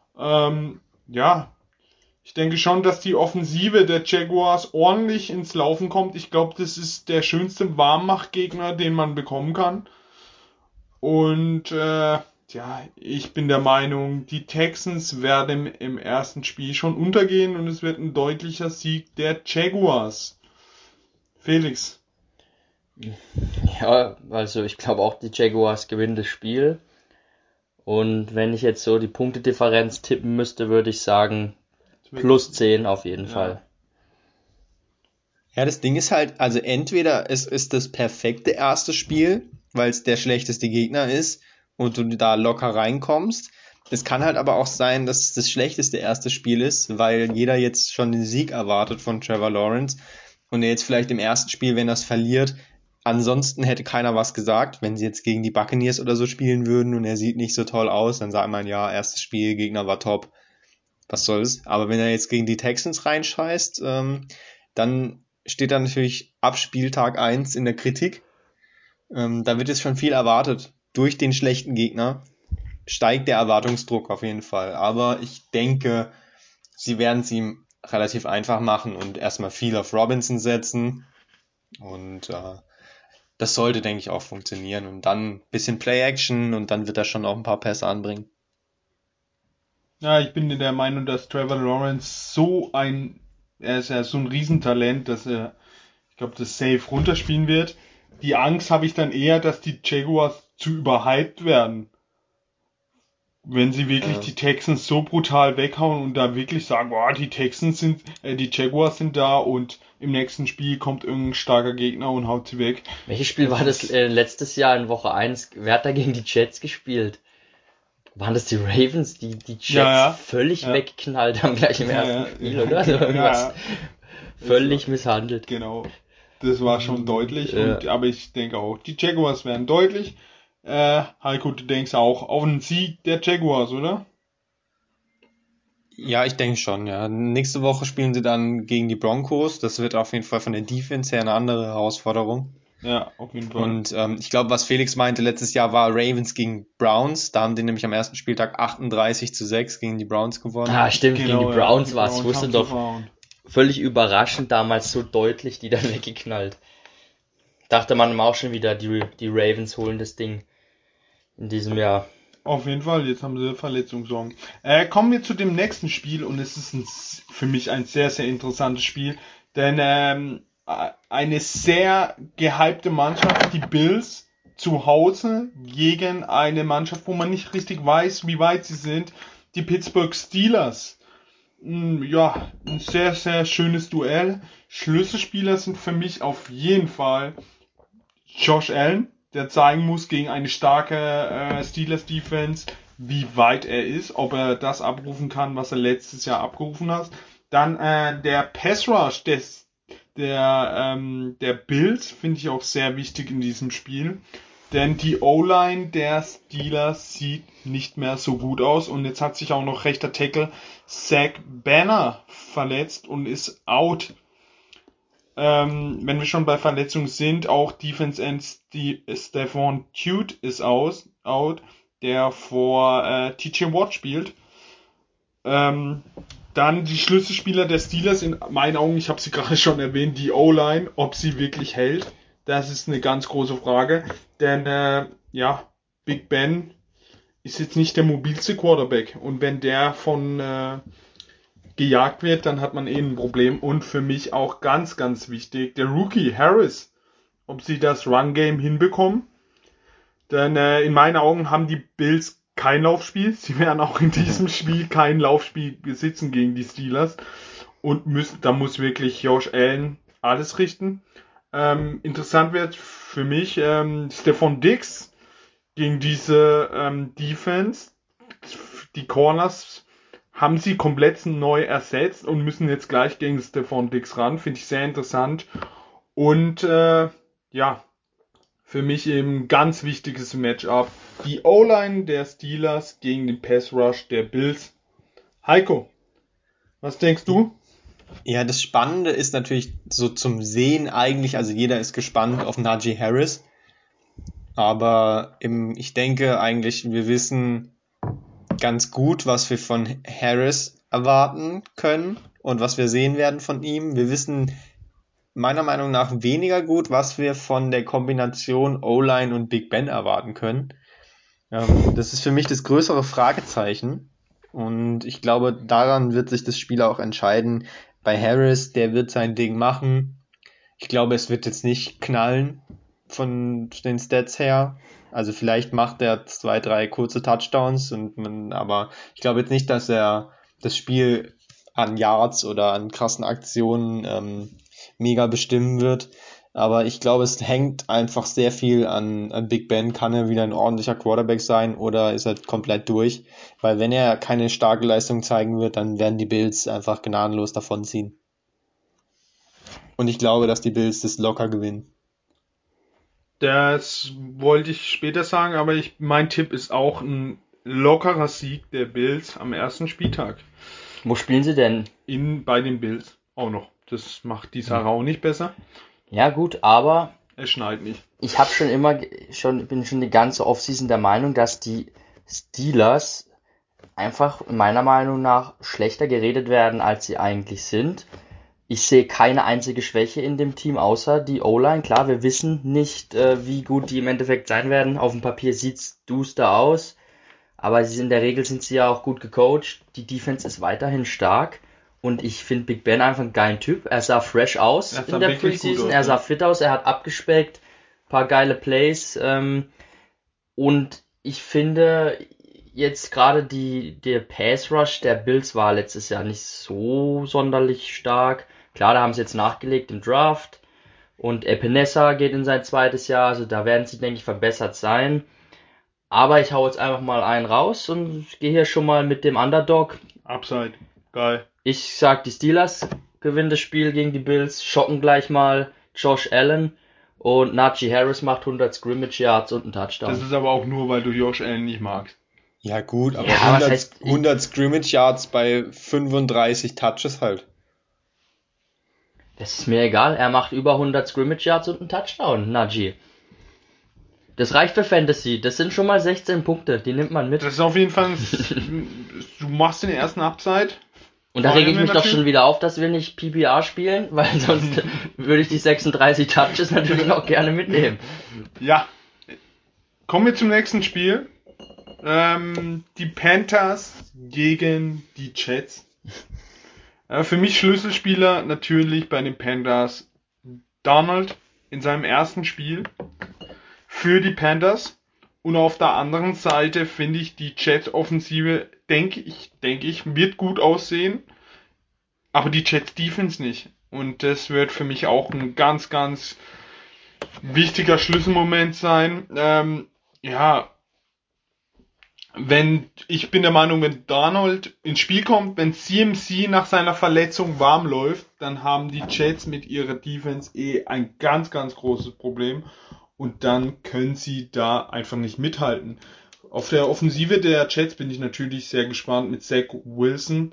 Speaker 3: Ja, ich denke schon, dass die Offensive der Jaguars ordentlich ins Laufen kommt. Ich glaube, das ist der schönste Warmmachgegner, den man bekommen kann. Und ja, ich bin der Meinung, die Texans werden im ersten Spiel schon untergehen und es wird ein deutlicher Sieg der Jaguars. Felix.
Speaker 1: Ja, also ich glaube auch, die Jaguars gewinnen das Spiel. Und wenn ich jetzt so die Punktedifferenz tippen müsste, würde ich sagen plus 10 auf jeden Fall.
Speaker 2: Ja, das Ding ist halt, also entweder es ist das perfekte erste Spiel, weil es der schlechteste Gegner ist und du da locker reinkommst. Es kann halt aber auch sein, dass es das schlechteste erste Spiel ist, weil jeder jetzt schon den Sieg erwartet von Trevor Lawrence und er jetzt vielleicht im ersten Spiel, wenn er es verliert, ansonsten hätte keiner was gesagt. Wenn sie jetzt gegen die Buccaneers oder so spielen würden und er sieht nicht so toll aus, dann sagt man, ja, erstes Spiel, Gegner war top, was soll's. Aber wenn er jetzt gegen die Texans reinscheißt, dann steht dann natürlich ab Spieltag 1 in der Kritik. Da wird jetzt schon viel erwartet. Durch den schlechten Gegner steigt der Erwartungsdruck auf jeden Fall. Aber ich denke, sie werden es ihm relativ einfach machen und erstmal viel auf Robinson setzen. Und das sollte, denke ich, auch funktionieren. Und dann ein bisschen Play-Action und dann wird er schon auch ein paar Pässe anbringen.
Speaker 3: Ja, ich bin der Meinung, dass Trevor Lawrence er ist ja so ein Riesentalent, dass er, ich glaube, das safe runterspielen wird. Die Angst habe ich dann eher, dass die Jaguars zu überhyped werden. Wenn sie wirklich die Texans so brutal weghauen und da wirklich sagen, boah, die Jaguars sind da und im nächsten Spiel kommt irgendein starker Gegner und haut sie weg.
Speaker 1: Welches Spiel war das letztes Jahr in Woche 1? Wer hat da gegen die Jets gespielt? Waren das die Ravens, die Jets völlig weggeknallt haben gleich im ersten Spiel, oder? Also irgendwas völlig misshandelt.
Speaker 3: Genau. Das war schon deutlich. Aber ich denke auch, die Jaguars werden deutlich. Heiko, du denkst auch auf einen Sieg der Jaguars, oder?
Speaker 2: Ja, ich denke schon, ja. Nächste Woche spielen sie dann gegen die Broncos. Das wird auf jeden Fall von der Defense her eine andere Herausforderung.
Speaker 3: Ja, auf jeden Fall.
Speaker 2: Und ich glaube, was Felix meinte, letztes Jahr war Ravens gegen Browns. Da haben die nämlich am ersten Spieltag 38-6 gegen die Browns gewonnen.
Speaker 1: Ah, stimmt, gegen die Browns war es. Wusste doch völlig überraschend damals so deutlich, die dann weggeknallt. Dachte man auch schon wieder, die Ravens holen das Ding in diesem Jahr.
Speaker 3: Auf jeden Fall, jetzt haben sie Verletzungssorgen. Kommen wir zu dem nächsten Spiel und es ist für mich ein sehr, sehr interessantes Spiel, denn eine sehr gehypte Mannschaft, die Bills, zu Hause gegen eine Mannschaft, wo man nicht richtig weiß, wie weit sie sind, die Pittsburgh Steelers. Ja, ein sehr, sehr schönes Duell. Schlüsselspieler sind für mich auf jeden Fall Josh Allen, der zeigen muss gegen eine starke Steelers Defense, wie weit er ist, ob er das abrufen kann, was er letztes Jahr abgerufen hat. Dann der Pass Rush der Bills finde ich auch sehr wichtig in diesem Spiel, denn die O-Line der Steelers sieht nicht mehr so gut aus und jetzt hat sich auch noch rechter Tackle Zach Banner verletzt und ist out. Wenn wir schon bei Verletzungen sind, auch Defense End Stephon Tuitt ist out, der vor TJ Watt spielt. Dann die Schlüsselspieler der Steelers, in meinen Augen, ich habe sie gerade schon erwähnt, die O-Line, ob sie wirklich hält, das ist eine ganz große Frage. Denn Big Ben ist jetzt nicht der mobilste Quarterback und wenn der von gejagt wird, dann hat man ein Problem. Und für mich auch ganz, ganz wichtig, der Rookie Harris, ob sie das Run-Game hinbekommen. Denn in meinen Augen haben die Bills kein Laufspiel. Sie werden auch in diesem Spiel kein Laufspiel besitzen gegen die Steelers. Und da muss wirklich Josh Allen alles richten. Interessant wird für mich Stephon Diggs gegen diese Defense. Die Corners haben sie komplett neu ersetzt und müssen jetzt gleich gegen Stephon Diggs ran. Finde ich sehr interessant. Und für mich eben ganz wichtiges Matchup. Die O-Line der Steelers gegen den Pass Rush der Bills. Heiko, was denkst du?
Speaker 2: Ja, das Spannende ist natürlich so zum Sehen eigentlich, also jeder ist gespannt auf Najee Harris. Aber ich denke eigentlich, wir wissen ganz gut, was wir von Harris erwarten können und was wir sehen werden von ihm. Wir wissen meiner Meinung nach weniger gut, was wir von der Kombination O-Line und Big Ben erwarten können. Das ist für mich das größere Fragezeichen und ich glaube, daran wird sich das Spiel auch entscheiden. Bei Harris, der wird sein Ding machen. Ich glaube, es wird jetzt nicht knallen von den Stats her. Also vielleicht macht er 2, 3 kurze Touchdowns, aber ich glaube jetzt nicht, dass er das Spiel an Yards oder an krassen Aktionen mega bestimmen wird. Aber ich glaube, es hängt einfach sehr viel an Big Ben. Kann er wieder ein ordentlicher Quarterback sein oder ist er komplett durch? Weil wenn er keine starke Leistung zeigen wird, dann werden die Bills einfach gnadenlos davonziehen. Und ich glaube, dass die Bills das locker gewinnen.
Speaker 3: Das wollte ich später sagen, aber mein Tipp ist auch ein lockerer Sieg der Bills am ersten Spieltag.
Speaker 1: Wo spielen sie denn?
Speaker 3: Bei den Bills auch noch. Das macht die Sache auch nicht besser.
Speaker 1: Ja gut, aber
Speaker 3: Es schneit nicht.
Speaker 1: ich habe bin schon die ganze Offseason der Meinung, dass die Steelers einfach meiner Meinung nach schlechter geredet werden, als sie eigentlich sind. Ich sehe keine einzige Schwäche in dem Team, außer die O-Line. Klar, wir wissen nicht, wie gut die im Endeffekt sein werden. Auf dem Papier sieht's duster aus, aber in der Regel sind sie ja auch gut gecoacht. Die Defense ist weiterhin stark und ich finde Big Ben einfach einen geilen Typ. Er sah fresh aus in der Preseason, er sah fit aus, er hat abgespeckt, paar geile Plays und ich finde jetzt gerade der Pass Rush der Bills war letztes Jahr nicht so sonderlich stark. Klar, da haben sie jetzt nachgelegt im Draft und Epinesa geht in sein zweites Jahr, also da werden sie, denke ich, verbessert sein. Aber ich hau jetzt einfach mal einen raus und gehe hier schon mal mit dem Underdog.
Speaker 3: Upside. Geil.
Speaker 1: Ich sag, die Steelers gewinnen das Spiel gegen die Bills, schocken gleich mal Josh Allen und Najee Harris macht 100 Scrimmage Yards und einen Touchdown.
Speaker 3: Das ist aber auch nur, weil du Josh Allen nicht magst.
Speaker 2: Ja gut, aber
Speaker 1: Ja,
Speaker 2: 100,
Speaker 1: was heißt-
Speaker 2: 100 Scrimmage Yards bei 35 Touches halt.
Speaker 1: Das ist mir egal, er macht über 100 Scrimmage Yards und einen Touchdown, Najee. Das reicht für Fantasy, das sind schon mal 16 Punkte, die nimmt man mit.
Speaker 3: Das ist auf jeden Fall, du machst den ersten Upside.
Speaker 1: Und da rege ich
Speaker 3: Freuen wir
Speaker 1: mich doch
Speaker 3: natürlich.
Speaker 1: schon wieder auf, dass wir nicht PPR spielen, weil sonst würde ich die 36 Touches natürlich auch gerne mitnehmen.
Speaker 3: Ja. Kommen wir zum nächsten Spiel. Die Panthers gegen die Jets. Für mich Schlüsselspieler natürlich bei den Panthers Donald in seinem ersten Spiel für die Panthers. Und auf der anderen Seite finde ich die Jets-Offensive, denke ich, wird gut aussehen. Aber die Jets-Defense nicht. Und das wird für mich auch ein ganz, ganz wichtiger Schlüsselmoment sein. Ich bin der Meinung, wenn Darnold ins Spiel kommt, wenn CMC nach seiner Verletzung warm läuft, dann haben die Jets mit ihrer Defense ein ganz, ganz großes Problem. Und dann können sie da einfach nicht mithalten. Auf der Offensive der Jets bin ich natürlich sehr gespannt mit Zach Wilson.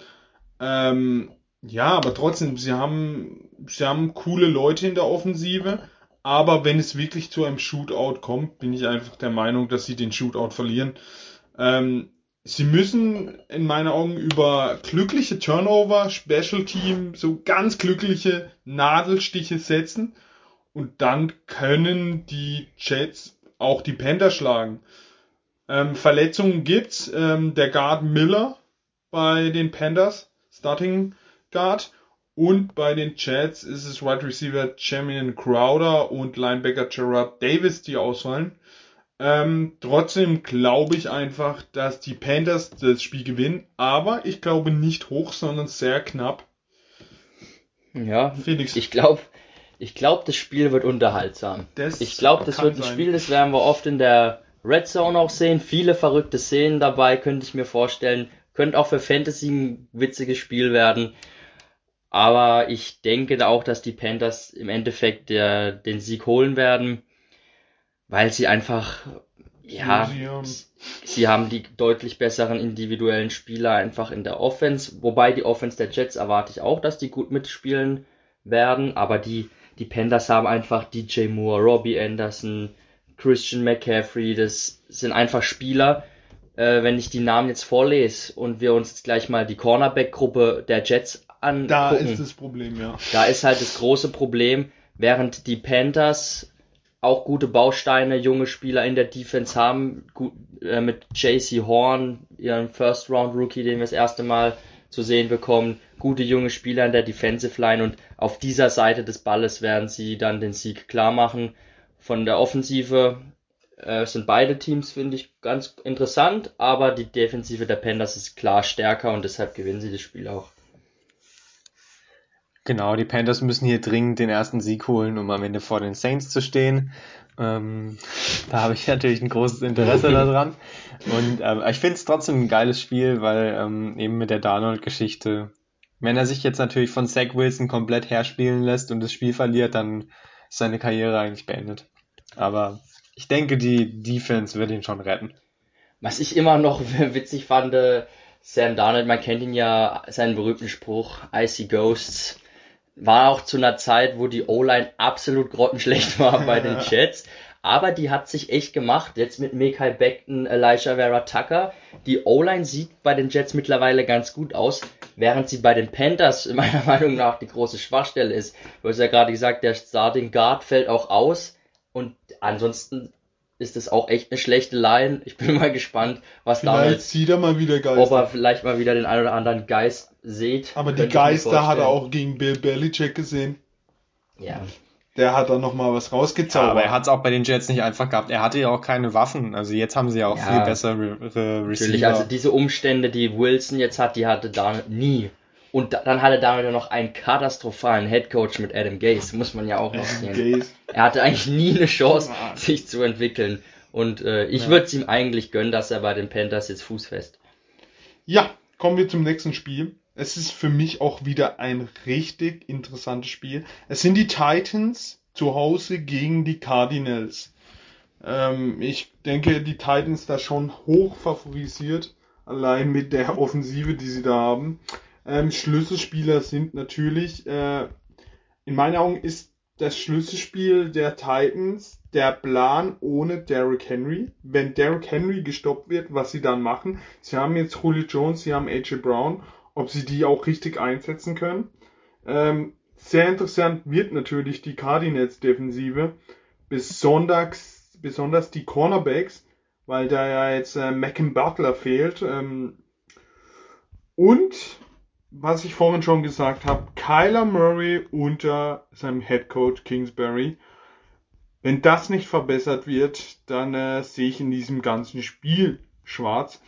Speaker 3: Aber trotzdem, sie haben coole Leute in der Offensive. Aber wenn es wirklich zu einem Shootout kommt, bin ich einfach der Meinung, dass sie den Shootout verlieren. Sie müssen in meinen Augen über glückliche Turnover, Special Team, so ganz glückliche Nadelstiche setzen. Und dann können die Jets auch die Panthers schlagen. Verletzungen gibt's. Der Guard Miller bei den Panthers, Starting Guard. Und bei den Jets ist es Wide Receiver Jamien Crowder und Linebacker Gerard Davis, die ausfallen. Trotzdem glaube ich einfach, dass die Panthers das Spiel gewinnen. Aber ich glaube nicht hoch, sondern sehr knapp.
Speaker 1: Ja,
Speaker 3: Felix.
Speaker 1: ich glaube, das Spiel wird unterhaltsam. Ich glaube, das wird ein Spiel, das werden wir oft in der Red Zone auch sehen. Viele verrückte Szenen dabei, könnte ich mir vorstellen. Könnte auch für Fantasy ein witziges Spiel werden. Aber ich denke auch, dass die Panthers im Endeffekt den Sieg holen werden, weil sie einfach, sie haben die deutlich besseren individuellen Spieler einfach in der Offense. Wobei die Offense der Jets erwarte ich auch, dass die gut mitspielen werden. Aber die Panthers haben einfach DJ Moore, Robbie Anderson, Christian McCaffrey. Das sind einfach Spieler. Wenn ich die Namen jetzt vorlese und wir uns jetzt gleich mal die Cornerback-Gruppe der Jets angucken.
Speaker 3: Da ist das Problem, ja.
Speaker 1: Da ist halt das große Problem, während die Panthers auch gute Bausteine, junge Spieler in der Defense haben, mit JC Horn, ihrem First-Round-Rookie, den wir das erste Mal zu sehen bekommen, gute junge Spieler in der Defensive Line und auf dieser Seite des Balles werden sie dann den Sieg klar machen. Von der Offensive sind beide Teams, finde ich, ganz interessant, aber die Defensive der Panthers ist klar stärker und deshalb gewinnen sie das Spiel auch.
Speaker 2: Genau, die Panthers müssen hier dringend den ersten Sieg holen, um am Ende vor den Saints zu stehen. Da habe ich natürlich ein großes Interesse daran. Und ich finde es trotzdem ein geiles Spiel, weil eben mit der Darnold-Geschichte, wenn er sich jetzt natürlich von Zach Wilson komplett herspielen lässt und das Spiel verliert, dann ist seine Karriere eigentlich beendet. Aber ich denke, die Defense wird ihn schon retten.
Speaker 1: Was ich immer noch witzig fand, Sam Darnold, man kennt ihn ja, seinen berühmten Spruch, I see Ghosts. War auch zu einer Zeit, wo die O-Line absolut grottenschlecht war bei den Jets. Aber die hat sich echt gemacht. Jetzt mit Mekhi Becton, Elijah Vera Tucker. Die O-Line sieht bei den Jets mittlerweile ganz gut aus, während sie bei den Panthers meiner Meinung nach die große Schwachstelle ist. Du hast ja gerade gesagt, der Starting Guard fällt auch aus. Und ansonsten ist es auch echt eine schlechte Line. Ich bin mal gespannt, was Darnold,
Speaker 3: sieht er mal wieder Geister.
Speaker 1: ob er vielleicht mal wieder den einen oder anderen Geist sieht.
Speaker 3: Aber die Geister hat er auch gegen Bill Belichick gesehen.
Speaker 1: Ja.
Speaker 3: Der hat da nochmal was rausgezaubert.
Speaker 2: Aber er hat es auch bei den Jets nicht einfach gehabt. Er hatte ja auch keine Waffen. Also jetzt haben sie ja auch viel bessere Receiver.
Speaker 1: Natürlich, also diese Umstände, die Wilson jetzt hat, die hatte Darnold nie. Und dann hatte Darnold ja noch einen katastrophalen Headcoach mit Adam Gase, muss man ja auch noch sehen. Er hatte eigentlich nie eine Chance, sich zu entwickeln. Und ich würde es ihm eigentlich gönnen, dass er bei den Panthers jetzt Fuß fest.
Speaker 3: Ja, kommen wir zum nächsten Spiel. Es ist für mich auch wieder ein richtig interessantes Spiel. Es sind die Titans zu Hause gegen die Cardinals. Ich denke, die Titans da schon hoch favorisiert, allein mit der Offensive, die sie da haben. Schlüsselspieler sind natürlich, in meinen Augen ist das Schlüsselspiel der Titans der Plan ohne Derrick Henry. Wenn Derrick Henry gestoppt wird, was sie dann machen. Sie haben jetzt Julio Jones, sie haben AJ Brown. Ob sie die auch richtig einsetzen können. Sehr interessant wird natürlich die Cardinals-Defensive. Besonders die Cornerbacks, weil da ja jetzt Malcolm Butler fehlt. Und, was ich vorhin schon gesagt habe, Kyler Murray unter seinem Headcoach Kingsbury. Wenn das nicht verbessert wird, dann sehe ich in diesem ganzen Spiel schwarz.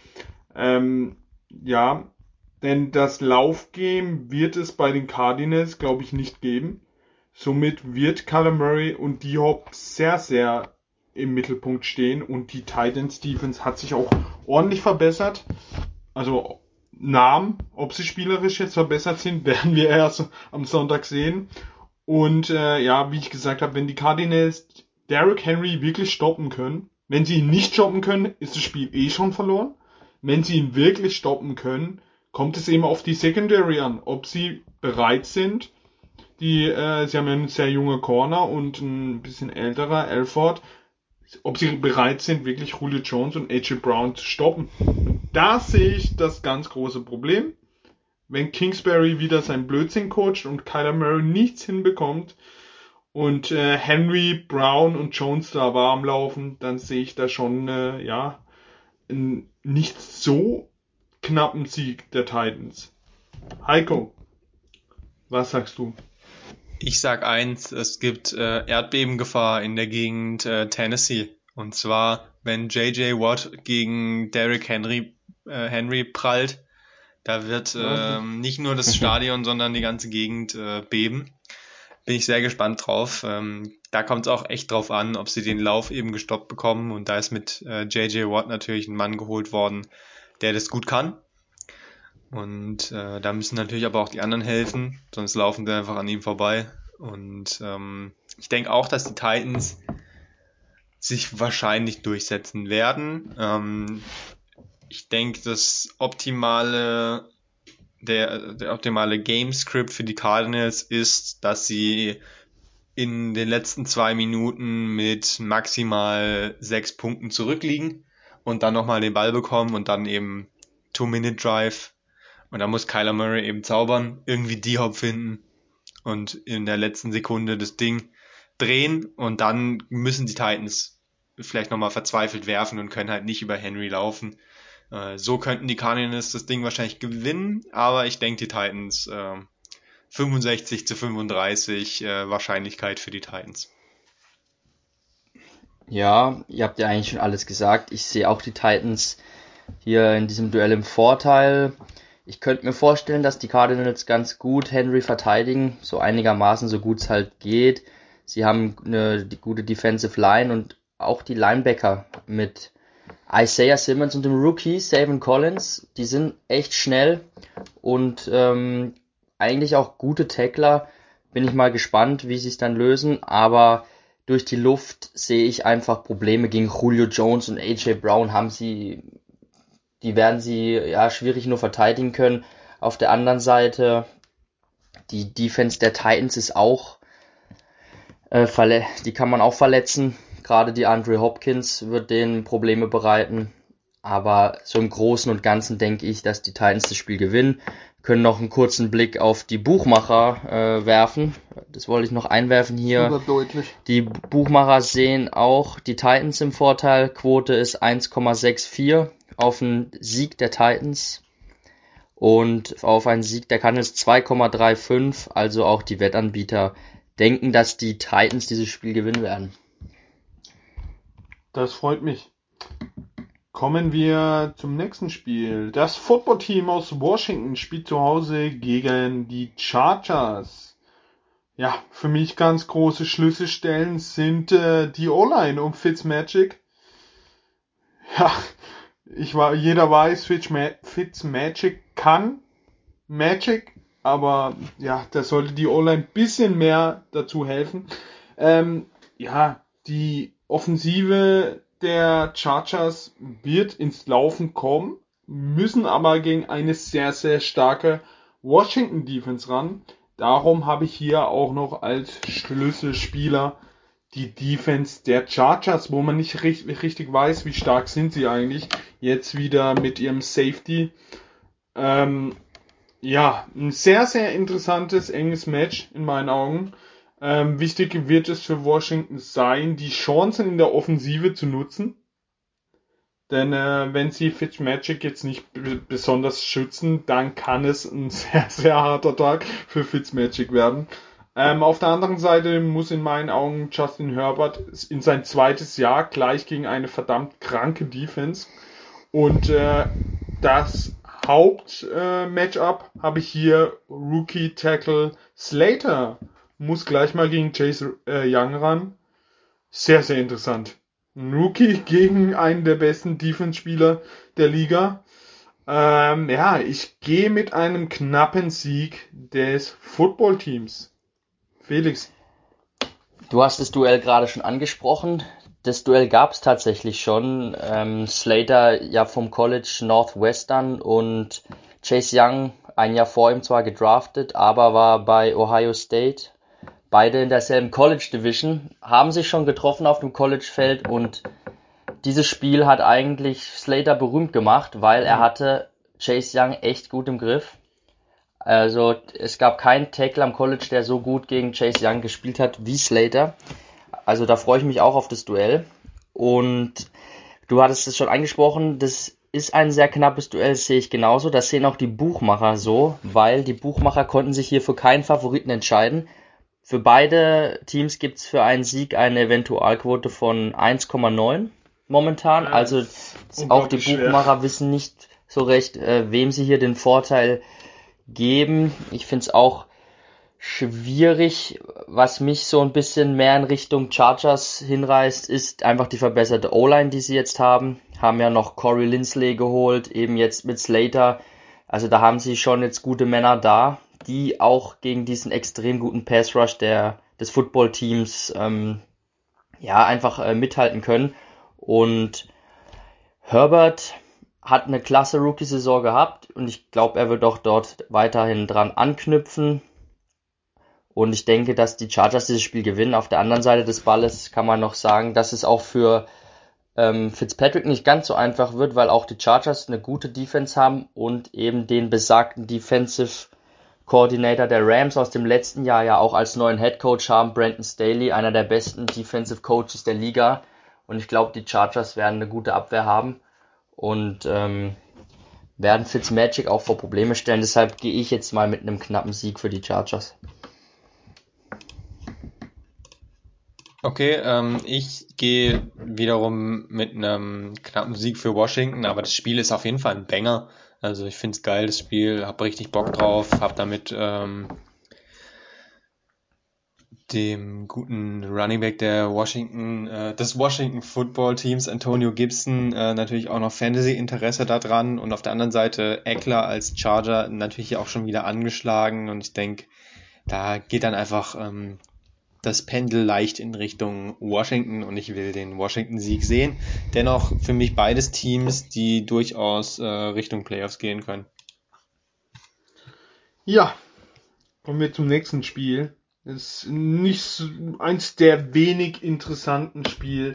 Speaker 3: Ja, denn das Laufgame wird es bei den Cardinals, glaube ich, nicht geben. Somit wird Kyler Murray und D-Hop sehr, sehr im Mittelpunkt stehen. Und die Titans Defense hat sich auch ordentlich verbessert. Also Namen, ob sie spielerisch jetzt verbessert sind, werden wir erst am Sonntag sehen. Und wie ich gesagt habe, wenn die Cardinals Derrick Henry wirklich stoppen können, wenn sie ihn nicht stoppen können, ist das Spiel eh schon verloren. Wenn sie ihn wirklich stoppen können, kommt es eben auf die Secondary an, ob sie bereit sind. Sie haben ja einen sehr junger Corner und ein bisschen älterer, Alford, ob sie bereit sind, wirklich Julio Jones und AJ Brown zu stoppen. Und da sehe ich das ganz große Problem. Wenn Kingsbury wieder sein Blödsinn coacht und Kyler Murray nichts hinbekommt und Henry, Brown und Jones da warm laufen, dann sehe ich da schon einen nicht so knappen Sieg der Titans. Heiko, was sagst du?
Speaker 2: Ich sag eins, es gibt Erdbebengefahr in der Gegend Tennessee. Und zwar, wenn J.J. Watt gegen Derrick Henry prallt, da wird nicht nur das Stadion, sondern die ganze Gegend beben. Bin ich sehr gespannt drauf. Da kommt es auch echt drauf an, ob sie den Lauf eben gestoppt bekommen. Und da ist mit J.J. Watt natürlich ein Mann geholt worden, der das gut kann. Und da müssen natürlich aber auch die anderen helfen, sonst laufen die einfach an ihm vorbei. Und ich denke auch, dass die Titans sich wahrscheinlich durchsetzen werden. Ich denke, der optimale Game-Script für die Cardinals ist, dass sie in den letzten 2 Minuten mit maximal 6 Punkten zurückliegen und dann nochmal den Ball bekommen und dann eben 2-Minute-Drive. Und dann muss Kyler Murray eben zaubern, irgendwie D-Hop finden und in der letzten Sekunde das Ding drehen. Und dann müssen die Titans vielleicht nochmal verzweifelt werfen und können halt nicht über Henry laufen. So könnten die Cardinals das Ding wahrscheinlich gewinnen, aber ich denke, die Titans 65-35 Wahrscheinlichkeit für die Titans.
Speaker 1: Ja, ihr habt ja eigentlich schon alles gesagt. Ich sehe auch die Titans hier in diesem Duell im Vorteil. Ich könnte mir vorstellen, dass die Cardinals ganz gut Henry verteidigen, so einigermaßen so gut es halt geht. Sie haben die gute Defensive Line und auch die Linebacker mit Isaiah Simmons und dem Rookie Savin Collins. Die sind echt schnell und eigentlich auch gute Tackler. Bin ich mal gespannt, wie sie es dann lösen, aber durch die Luft sehe ich einfach Probleme gegen Julio Jones und AJ Brown die werden sie ja schwierig nur verteidigen können. Auf der anderen Seite Die Defense der Titans ist auch, die kann man auch verletzen. Gerade die Andre Hopkins wird denen Probleme bereiten. Aber so im Großen und Ganzen denke ich, dass die Titans das Spiel gewinnen. Wir können noch einen kurzen Blick auf die Buchmacher werfen. Das wollte ich noch einwerfen hier.
Speaker 3: Super deutlich.
Speaker 1: Die Buchmacher sehen auch die Titans im Vorteil. Quote ist 1,64 auf einen Sieg der Titans. Und auf einen Sieg der Cardinals 2,35. Also auch die Wettanbieter denken, dass die Titans dieses Spiel gewinnen werden.
Speaker 3: Das freut mich. Kommen wir zum nächsten Spiel. Das Footballteam aus Washington spielt zu Hause gegen die Chargers. Ja, für mich ganz große Schlüsselstellen sind die O-Line um Fitzmagic. Ja, jeder weiß, Fitzmagic kann Magic, aber ja, da sollte die O-Line ein bisschen mehr dazu helfen. Ja, die Offensive der Chargers wird ins Laufen kommen, müssen aber gegen eine sehr, sehr starke Washington Defense ran. Darum habe ich hier auch noch als Schlüsselspieler die Defense der Chargers, wo man nicht richtig weiß, wie stark sind sie eigentlich. Jetzt wieder mit ihrem Safety. Ja, ein sehr, sehr interessantes, enges Match in meinen Augen. Wichtig wird es für Washington sein, die Chancen in der Offensive zu nutzen. Denn wenn sie Fitzmagic jetzt nicht besonders schützen, dann kann es ein sehr, sehr harter Tag für Fitzmagic werden. Auf der anderen Seite muss in meinen Augen Justin Herbert in sein zweites Jahr gleich gegen eine verdammt kranke Defense. Und das Hauptmatchup habe ich hier Rookie Tackle Slater. Muss gleich mal gegen Chase Young ran. Sehr, sehr interessant. Ein Rookie gegen einen der besten Defense-Spieler der Liga. Ja, ich gehe mit einem knappen Sieg des Footballteams. Felix.
Speaker 1: Du hast das Duell gerade schon angesprochen. Das Duell gab es tatsächlich schon. Slater ja vom College Northwestern und Chase Young ein Jahr vor ihm zwar gedraftet, aber war bei Ohio State. Beide in derselben College Division, haben sich schon getroffen auf dem Collegefeld und dieses Spiel hat eigentlich Slater berühmt gemacht, weil er hatte Chase Young echt gut im Griff. Also es gab keinen Tackle am College, der so gut gegen Chase Young gespielt hat wie Slater. Also da freue ich mich auch auf das Duell. Und du hattest es schon angesprochen, das ist ein sehr knappes Duell, das sehe ich genauso. Das sehen auch die Buchmacher so, weil die Buchmacher konnten sich hier für keinen Favoriten entscheiden. Für beide Teams gibt's für einen Sieg eine Eventualquote von 1,9 momentan. Also auch die Buchmacher wissen nicht so recht, wem sie hier den Vorteil geben. Ich finde es auch schwierig. Was mich so ein bisschen mehr in Richtung Chargers hinreißt, ist einfach die verbesserte O-Line, die sie jetzt haben. Haben ja noch Corey Linsley geholt, eben jetzt mit Slater. Also da haben sie schon jetzt gute Männer da, die auch gegen diesen extrem guten Pass Rush des Footballteams einfach mithalten können. Und Herbert hat eine klasse Rookie-Saison gehabt und ich glaube, er wird auch dort weiterhin dran anknüpfen. Und ich denke, dass die Chargers dieses Spiel gewinnen. Auf der anderen Seite des Balles kann man noch sagen, dass es auch für Fitzpatrick nicht ganz so einfach wird, weil auch die Chargers eine gute Defense haben und eben den besagten Defensive Coordinator der Rams aus dem letzten Jahr ja auch als neuen Head Coach haben, Brandon Staley, einer der besten Defensive Coaches der Liga. Und ich glaube, die Chargers werden eine gute Abwehr haben und werden Fitzmagic auch vor Probleme stellen. Deshalb gehe ich jetzt mal mit einem knappen Sieg für die Chargers.
Speaker 2: Okay, ich gehe wiederum mit einem knappen Sieg für Washington, aber das Spiel ist auf jeden Fall ein Banger. Also ich finde es geil, das Spiel, hab richtig Bock drauf, hab damit dem guten Running Back des Washington Football Teams, Antonio Gibson, natürlich auch noch Fantasy-Interesse daran und auf der anderen Seite Eckler als Charger natürlich auch schon wieder angeschlagen und ich denke, da geht dann einfach das Pendel leicht in Richtung Washington und ich will den Washington-Sieg sehen. Dennoch für mich beides Teams, die durchaus Richtung Playoffs gehen können.
Speaker 3: Ja, Kommen wir zum nächsten Spiel. Das ist nicht eins der wenig interessanten Spiele.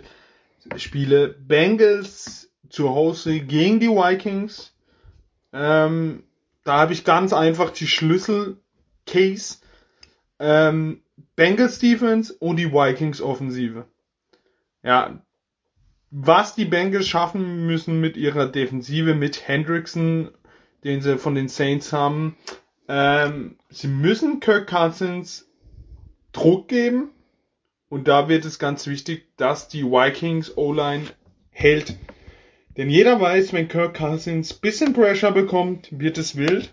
Speaker 3: Bengals zu Hause gegen die Vikings. Da habe ich ganz einfach die Schlüssel-Case. Bengals Defense und die Vikings Offensive. Ja, was die Bengals schaffen müssen mit ihrer Defensive, mit Hendrickson, den sie von den Saints haben. Sie müssen Kirk Cousins Druck geben. Und da wird es ganz wichtig, dass die Vikings O-Line hält. Denn jeder weiß, wenn Kirk Cousins bisschen Pressure bekommt, wird es wild.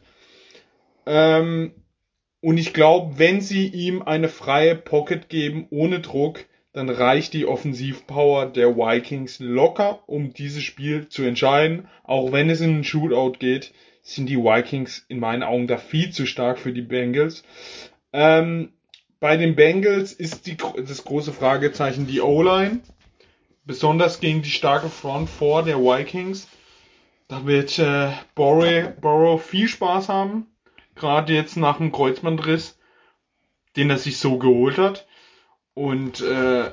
Speaker 3: Und ich glaube, wenn sie ihm eine freie Pocket geben, ohne Druck, dann reicht die Offensivpower der Vikings locker, um dieses Spiel zu entscheiden. Auch wenn es in einen Shootout geht, sind die Vikings in meinen Augen da viel zu stark für die Bengals. Bei den Bengals ist das große Fragezeichen die O-Line. Besonders gegen die starke Front 4 der Vikings. Da wird Burrow viel Spaß haben. Gerade jetzt nach dem Kreuzbandriss, den er sich so geholt hat. Und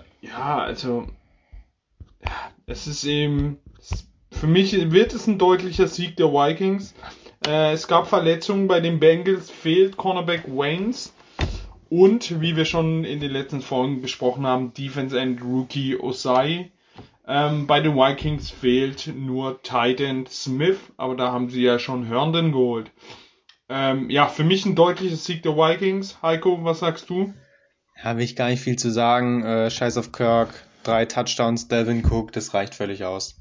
Speaker 3: es ist eben, für mich wird es ein deutlicher Sieg der Vikings. Es gab Verletzungen bei den Bengals, fehlt Cornerback Waynes. Und, wie wir schon in den letzten Folgen besprochen haben, Defense End Rookie Osai. Bei den Vikings fehlt nur Tight End Smith, aber da haben sie ja schon Herndon geholt. Für mich ein deutlicher Sieg der Vikings. Heiko, was sagst du?
Speaker 2: Ja, will ich gar nicht viel zu sagen. Scheiß auf Kirk, 3 Touchdowns, Dalvin Cook, das reicht völlig aus.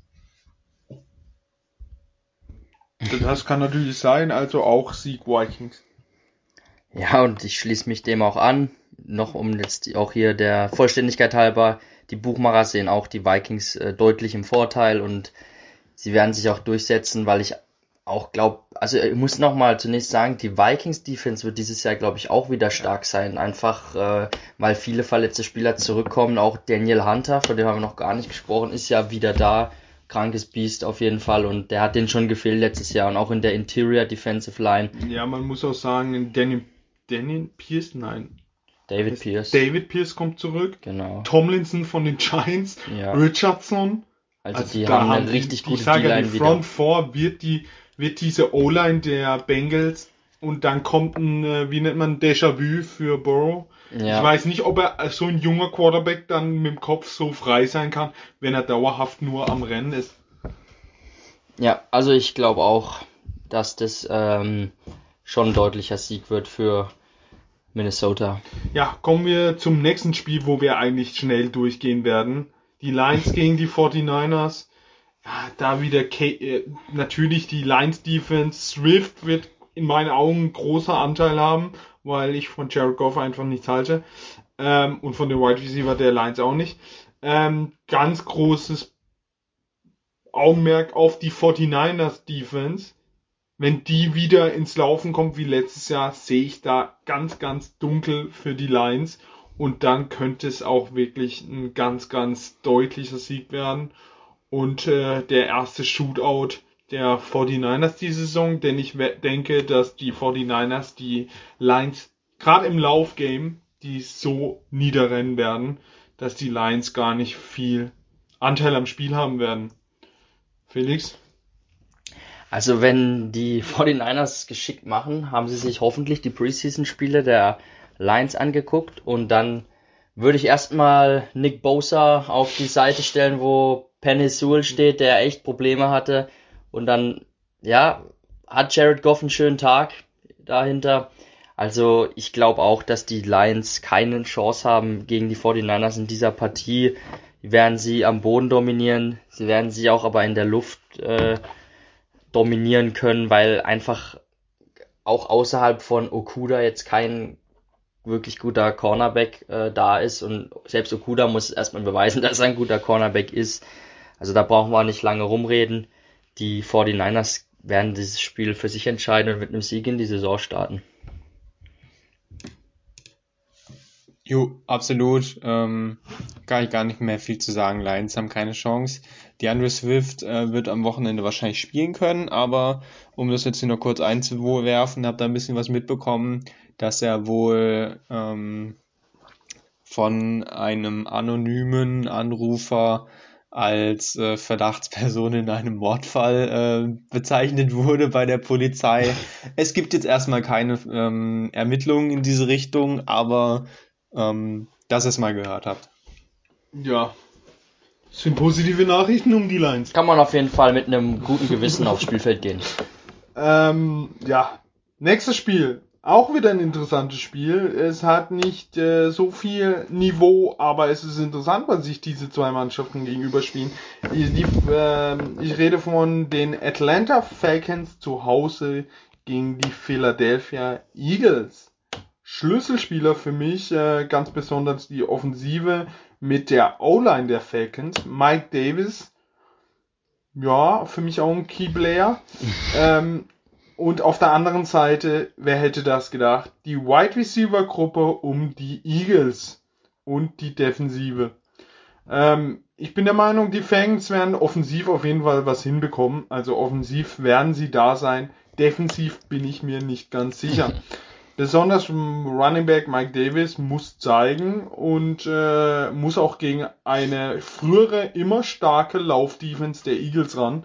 Speaker 3: Das kann natürlich sein, also auch Sieg Vikings.
Speaker 1: Ja, und ich schließe mich dem auch an. Noch um jetzt auch hier der Vollständigkeit halber, die Buchmacher sehen auch die Vikings deutlich im Vorteil und sie werden sich auch durchsetzen, weil ich auch glaube, also ich muss nochmal zunächst sagen, die Vikings Defense wird dieses Jahr, glaube ich, auch wieder stark sein. Einfach, weil viele verletzte Spieler zurückkommen. Auch Daniel Hunter, von dem haben wir noch gar nicht gesprochen, ist ja wieder da. Krankes Biest auf jeden Fall und der hat den schon gefehlt letztes Jahr und auch in der Interior Defensive Line.
Speaker 3: Ja, man muss auch sagen, Daniel Pierce, nein.
Speaker 1: David Pierce.
Speaker 3: David Pierce kommt zurück.
Speaker 1: Genau.
Speaker 3: Tomlinson von den Giants.
Speaker 1: Ja.
Speaker 3: Richardson.
Speaker 1: Also die haben eine richtig gute D-Line
Speaker 3: wieder. Die Front 4 wird diese O-Line der Bengals und dann kommt ein, Déjà-vu für Burrow. Ja. Ich weiß nicht, ob er so ein junger Quarterback dann mit dem Kopf so frei sein kann, wenn er dauerhaft nur am Rennen ist.
Speaker 1: Ja, also ich glaube auch, dass das schon ein deutlicher Sieg wird für Minnesota.
Speaker 3: Ja, kommen wir zum nächsten Spiel, wo wir eigentlich schnell durchgehen werden. Die Lions gegen die 49ers. Ja, da wieder natürlich die Lions Defense. Swift wird in meinen Augen ein großer Anteil haben, weil ich von Jared Goff einfach nichts halte. Und von dem Wide Receiver der Lions auch nicht. Ganz großes Augenmerk auf die 49ers Defense. Wenn die wieder ins Laufen kommt wie letztes Jahr, sehe ich da ganz, ganz dunkel für die Lions. Und dann könnte es auch wirklich ein ganz, ganz deutlicher Sieg werden. Und der erste Shootout der 49ers die Saison. Denn ich denke, dass die 49ers die Lions gerade im Laufgame, die so niederrennen werden, dass die Lions gar nicht viel Anteil am Spiel haben werden. Felix?
Speaker 1: Also wenn die 49ers geschickt machen, haben sie sich hoffentlich die Preseason-Spiele der Lions angeguckt und dann würde ich erstmal Nick Bosa auf die Seite stellen, wo Penei Sewell steht, der echt Probleme hatte und dann, ja, hat Jared Goff einen schönen Tag dahinter. Also ich glaube auch, dass die Lions keine Chance haben gegen die 49ers in dieser Partie. Die werden sie am Boden dominieren, sie werden sie auch aber in der Luft dominieren können, weil einfach auch außerhalb von Okuda jetzt kein wirklich guter Cornerback da ist und selbst Okuda muss erstmal beweisen, dass er ein guter Cornerback ist. Also da brauchen wir auch nicht lange rumreden. Die 49ers werden dieses Spiel für sich entscheiden und mit einem Sieg in die Saison starten.
Speaker 2: Jo, absolut. kann ich gar nicht mehr viel zu sagen. Lions haben keine Chance. DeAndre Swift wird am Wochenende wahrscheinlich spielen können, aber um das jetzt hier noch kurz einzuwerfen, habe da ein bisschen was mitbekommen, dass er wohl von einem anonymen Anrufer als Verdachtsperson in einem Mordfall bezeichnet wurde bei der Polizei. Es gibt jetzt erstmal keine Ermittlungen in diese Richtung, aber dass ihr es mal gehört habt.
Speaker 3: Ja. Das sind positive Nachrichten um die Lions.
Speaker 1: Kann man auf jeden Fall mit einem guten Gewissen aufs Spielfeld gehen.
Speaker 3: Ja. Nächstes Spiel. Auch wieder ein interessantes Spiel. Es hat nicht so viel Niveau, aber es ist interessant, weil sich diese zwei Mannschaften gegenüberspielen. Ich rede von den Atlanta Falcons zu Hause gegen die Philadelphia Eagles. Schlüsselspieler für mich, ganz besonders die Offensive mit der O-Line der Falcons. Mike Davis, ja, für mich auch ein Key-Player. Und auf der anderen Seite, wer hätte das gedacht? Die Wide Receiver Gruppe um die Eagles und die Defensive. Ich bin der Meinung, die Falcons werden offensiv auf jeden Fall was hinbekommen. Also offensiv werden sie da sein. Defensiv bin ich mir nicht ganz sicher. Besonders Running Back Mike Davis muss zeigen und muss auch gegen eine frühere immer starke Laufdefense der Eagles ran.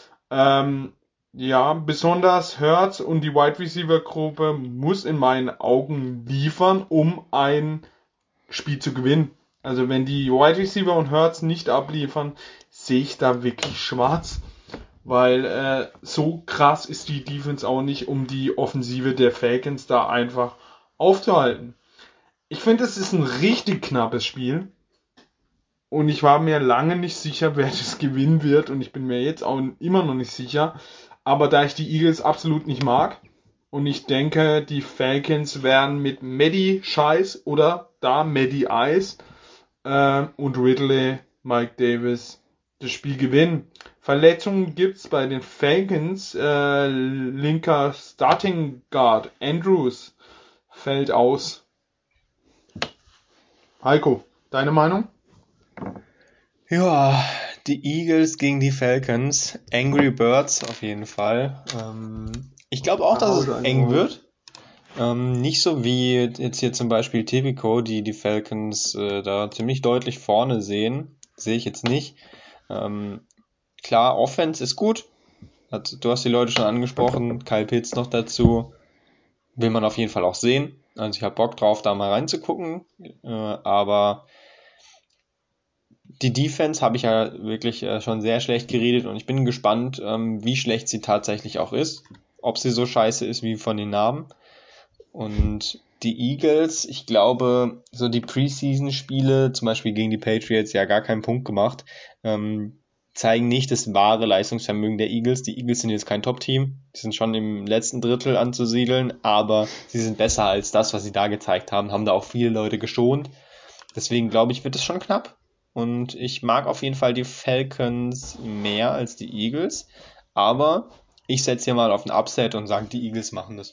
Speaker 3: Ja, besonders Hurts und die Wide Receiver Gruppe muss in meinen Augen liefern, um ein Spiel zu gewinnen. Also wenn die Wide Receiver und Hurts nicht abliefern, sehe ich da wirklich schwarz. Weil so krass ist die Defense auch nicht, um die Offensive der Falcons da einfach aufzuhalten. Ich finde, es ist ein richtig knappes Spiel. Und ich war mir lange nicht sicher, wer das gewinnen wird. Und ich bin mir jetzt auch immer noch nicht sicher. Aber da ich die Eagles absolut nicht mag und ich denke, die Falcons werden mit Maddie Scheiß oder da Maddie Ice und Ridley, Mike Davis das Spiel gewinnen. Verletzungen gibt's bei den Falcons. Linker Starting Guard Andrews fällt aus. Heiko, deine Meinung?
Speaker 2: Ja, die Eagles gegen die Falcons. Angry Birds auf jeden Fall. Ich glaube auch, dass es eng wird. Nicht so wie jetzt hier zum Beispiel Tipico, die Falcons da ziemlich deutlich vorne sehen. Sehe ich jetzt nicht. Klar, Offense ist gut. Du hast die Leute schon angesprochen. Kyle Pitts noch dazu. Will man auf jeden Fall auch sehen. Also ich habe Bock drauf, da mal reinzugucken. Aber die Defense habe ich ja wirklich schon sehr schlecht geredet und ich bin gespannt, wie schlecht sie tatsächlich auch ist. Ob sie so scheiße ist wie von den Namen. Und die Eagles, ich glaube, so die Preseason-Spiele, zum Beispiel gegen die Patriots, ja gar keinen Punkt gemacht, zeigen nicht das wahre Leistungsvermögen der Eagles. Die Eagles sind jetzt kein Top-Team, die sind schon im letzten Drittel anzusiedeln, aber sie sind besser als das, was sie da gezeigt haben da auch viele Leute geschont. Deswegen glaube ich, wird es schon knapp. Und ich mag auf jeden Fall die Falcons mehr als die Eagles, aber ich setze hier mal auf ein Upset und sage, die Eagles machen das.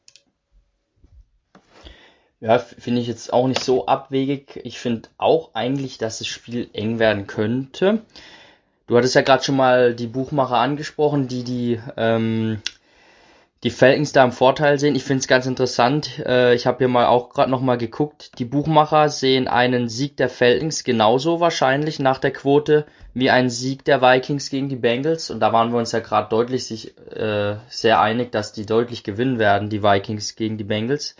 Speaker 1: Ja, finde ich jetzt auch nicht so abwegig. Ich finde auch eigentlich, dass das Spiel eng werden könnte. Du hattest ja gerade schon mal die Buchmacher angesprochen, die Falcons da im Vorteil sehen. Ich finde es ganz interessant. Ich habe hier mal auch gerade nochmal geguckt. Die Buchmacher sehen einen Sieg der Falcons genauso wahrscheinlich nach der Quote wie einen Sieg der Vikings gegen die Bengals. Und da waren wir uns ja gerade deutlich sehr einig, dass die deutlich gewinnen werden, die Vikings gegen die Bengals.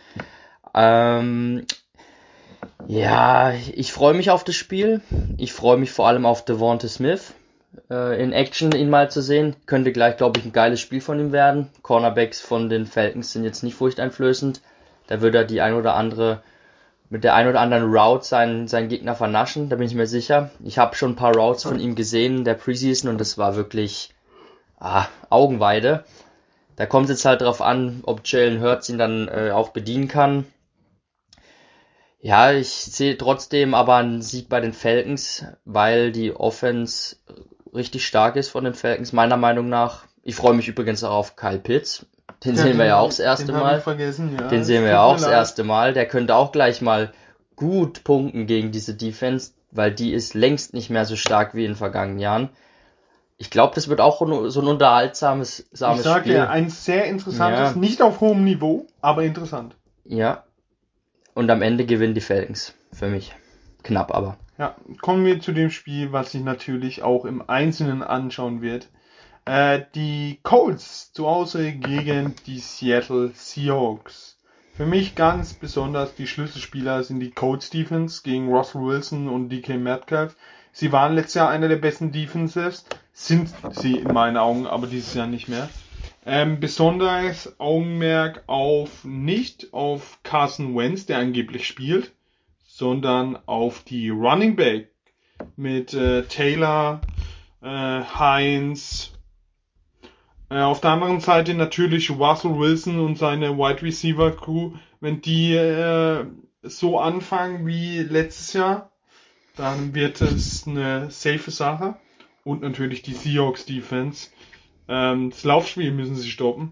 Speaker 1: Ja, ich freue mich auf das Spiel. Ich freue mich vor allem auf Devonta Smith. In Action ihn mal zu sehen. Könnte gleich, glaube ich, ein geiles Spiel von ihm werden. Cornerbacks von den Falcons sind jetzt nicht furchteinflößend. Da würde er mit der ein oder anderen Route seinen Gegner vernaschen, da bin ich mir sicher. Ich habe schon ein paar Routes von ihm gesehen in der Preseason und das war wirklich Augenweide. Da kommt es jetzt halt drauf an, ob Jalen Hurts ihn dann auch bedienen kann. Ja, ich sehe trotzdem aber einen Sieg bei den Falcons, weil die Offense richtig stark ist von den Falcons, meiner Meinung nach. Ich freue mich übrigens auch auf Kyle Pitts. Den sehen wir ja auch das erste Mal. Den sehen wir ja auch das erste Mal. Der könnte auch gleich mal gut punkten gegen diese Defense. weil die ist längst nicht mehr so stark wie in den vergangenen Jahren. Ich glaube, das wird auch so ein unterhaltsames
Speaker 3: Ich sag
Speaker 1: Spiel.
Speaker 3: dir, ein sehr interessantes,
Speaker 1: Ja.
Speaker 3: nicht auf hohem Niveau, aber interessant.
Speaker 1: Ja. Und am Ende gewinnen die Falcons. Für mich. Knapp, aber.
Speaker 3: Ja, kommen wir zu dem Spiel, was sich natürlich auch im Einzelnen anschauen wird. Die Colts zu Hause gegen die Seattle Seahawks. Für mich ganz besonders die Schlüsselspieler sind die Colts Defense gegen Russell Wilson und DK Metcalf. Sie waren letztes Jahr einer der besten Defenses, sind sie in meinen Augen, aber dieses Jahr nicht mehr. Besonders Augenmerk nicht auf Carson Wentz, der angeblich spielt, sondern auf die Running Back mit Taylor, Hines. Auf der anderen Seite natürlich Russell Wilson und seine Wide Receiver Crew. Wenn die so anfangen wie letztes Jahr, dann wird es eine safe Sache. Und natürlich die Seahawks Defense. Das Laufspiel müssen sie stoppen.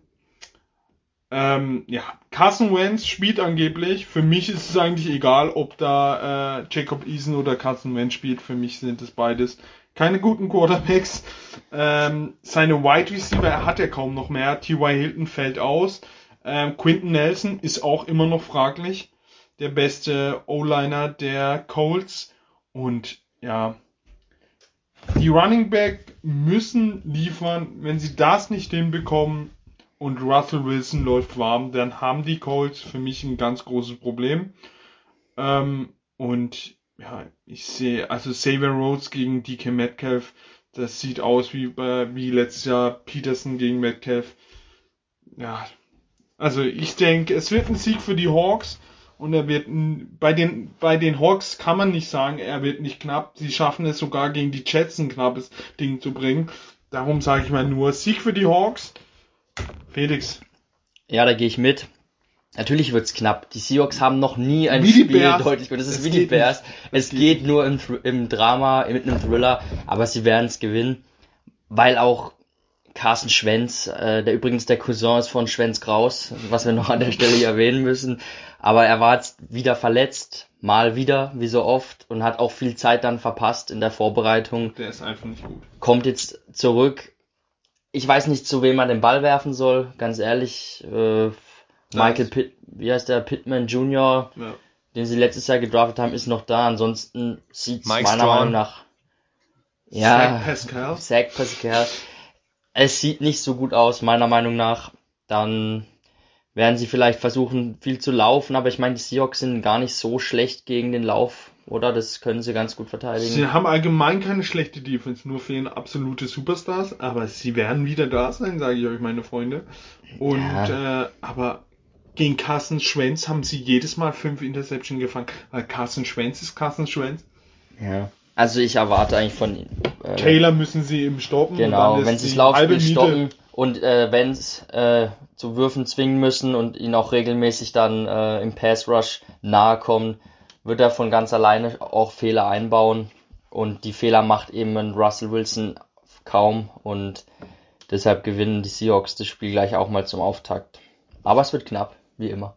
Speaker 3: Carson Wentz spielt angeblich. Für mich ist es eigentlich egal, ob da Jacob Eason oder Carson Wentz spielt. Für mich sind es beides keine guten Quarterbacks. Seine Wide Receiver, er hat ja kaum noch mehr. T.Y. Hilton fällt aus. Quentin Nelson ist auch immer noch fraglich. Der beste O-Liner der Colts. Und ja, die Running Back müssen liefern. Wenn sie das nicht hinbekommen und Russell Wilson läuft warm, dann haben die Colts für mich ein ganz großes Problem. Und ja, ich sehe, also Xavier Rhodes gegen DK Metcalf, das sieht aus wie letztes Jahr Peterson gegen Metcalf. Ja, also ich denke, es wird ein Sieg für die Hawks und er wird bei den Hawks kann man nicht sagen, er wird nicht knapp. Sie schaffen es sogar gegen die Jets ein knappes Ding zu bringen. Darum sage ich mal nur Sieg für die Hawks. Felix.
Speaker 1: Ja, da gehe ich mit. Natürlich wird's knapp. Die Seahawks haben noch nie ein
Speaker 3: Wie die
Speaker 1: Spiel
Speaker 3: Bears.
Speaker 1: deutlich gewonnen. Das ist
Speaker 3: Es
Speaker 1: wie die
Speaker 3: geht
Speaker 1: Bears.
Speaker 3: nicht.
Speaker 1: Es geht nur im Drama, mit einem Thriller, aber sie werden es gewinnen, weil auch Carsten Schwenz, der übrigens der Cousin ist von Schwenz Kraus, was wir noch an der Stelle hier erwähnen müssen, aber er war jetzt wieder verletzt, mal wieder, wie so oft, und hat auch viel Zeit dann verpasst in der Vorbereitung.
Speaker 3: Der ist einfach nicht gut.
Speaker 1: Kommt jetzt zurück. Ich weiß nicht, zu wem man den Ball werfen soll, ganz ehrlich. Pittman Jr.,
Speaker 3: Ja.
Speaker 1: den sie letztes Jahr gedraftet haben, ist noch da. Ansonsten sieht's
Speaker 2: Mike
Speaker 1: meiner
Speaker 2: Strawn.
Speaker 1: Meinung nach... Ja,
Speaker 3: Zach
Speaker 1: Pascal. Es sieht nicht so gut aus, meiner Meinung nach. Dann werden sie vielleicht versuchen, viel zu laufen, aber ich meine, die Seahawks sind gar nicht so schlecht gegen den Lauf, oder? Das können sie ganz gut verteidigen.
Speaker 3: Sie haben allgemein keine schlechte Defense, nur fehlen absolute Superstars, aber sie werden wieder da sein, sage ich euch, meine Freunde. Und aber gegen Carson Schwenz haben sie jedes Mal 5 Interception gefangen, weil Carson Schwenz ist Carson Schwenz.
Speaker 1: Ja. Also ich erwarte eigentlich von ihnen.
Speaker 3: Taylor müssen sie eben stoppen.
Speaker 1: Genau,
Speaker 3: und dann
Speaker 1: wenn
Speaker 3: ist
Speaker 1: sie das
Speaker 3: die
Speaker 1: Laufspiel
Speaker 3: halbe Miete-
Speaker 1: stoppen und Vance zu Würfen zwingen müssen und ihn auch regelmäßig dann im Pass Rush nahe kommen, wird er von ganz alleine auch Fehler einbauen. Und die Fehler macht eben ein Russell Wilson kaum. Und deshalb gewinnen die Seahawks das Spiel gleich auch mal zum Auftakt. Aber es wird knapp, wie immer.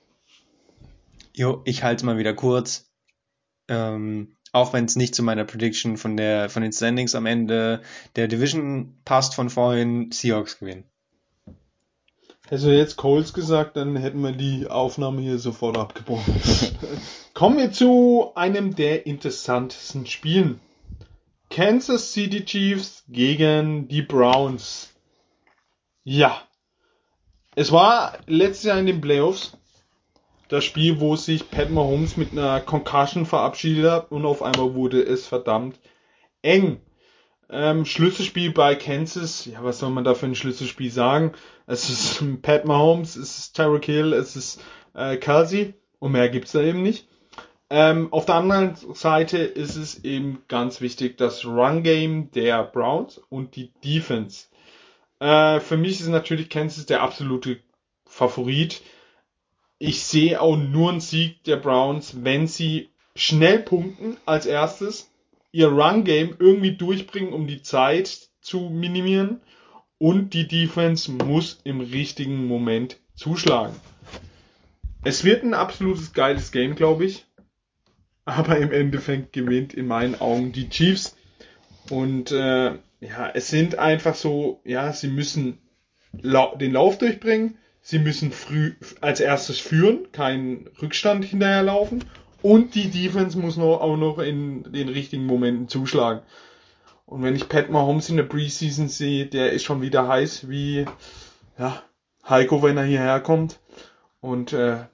Speaker 2: Jo, ich halte es mal wieder kurz. Auch wenn es nicht zu meiner Prediction von den Standings am Ende der Division passt von vorhin, Seahawks gewinnen.
Speaker 3: Hättest du jetzt Colts gesagt, dann hätten wir die Aufnahme hier sofort abgebrochen. Kommen wir zu einem der interessantesten Spielen. Kansas City Chiefs gegen die Browns. Ja. Es war letztes Jahr in den Playoffs das Spiel, wo sich Pat Mahomes mit einer Concussion verabschiedet hat und auf einmal wurde es verdammt eng. Schlüsselspiel bei Kansas, ja, was soll man da für ein Schlüsselspiel sagen? Es ist Pat Mahomes, es ist Tyreek Hill, es ist Kelsey und mehr gibt's da eben nicht. Auf der anderen Seite ist es eben ganz wichtig, das Run-Game der Browns und die Defense. Für mich ist natürlich Kansas der absolute Favorit. Ich sehe auch nur einen Sieg der Browns, wenn sie schnell punkten als erstes, ihr Run-Game irgendwie durchbringen, um die Zeit zu minimieren und die Defense muss im richtigen Moment zuschlagen. Es wird ein absolutes geiles Game, glaube ich. aber im Endeffekt gewinnt in meinen Augen die Chiefs. Und es sind einfach so, sie müssen den Lauf durchbringen, sie müssen früh als erstes führen, keinen Rückstand hinterherlaufen und die Defense muss auch noch in den richtigen Momenten zuschlagen. Und wenn ich Pat Mahomes in der Preseason sehe, der ist schon wieder heiß wie Heiko, wenn er hierher kommt. Und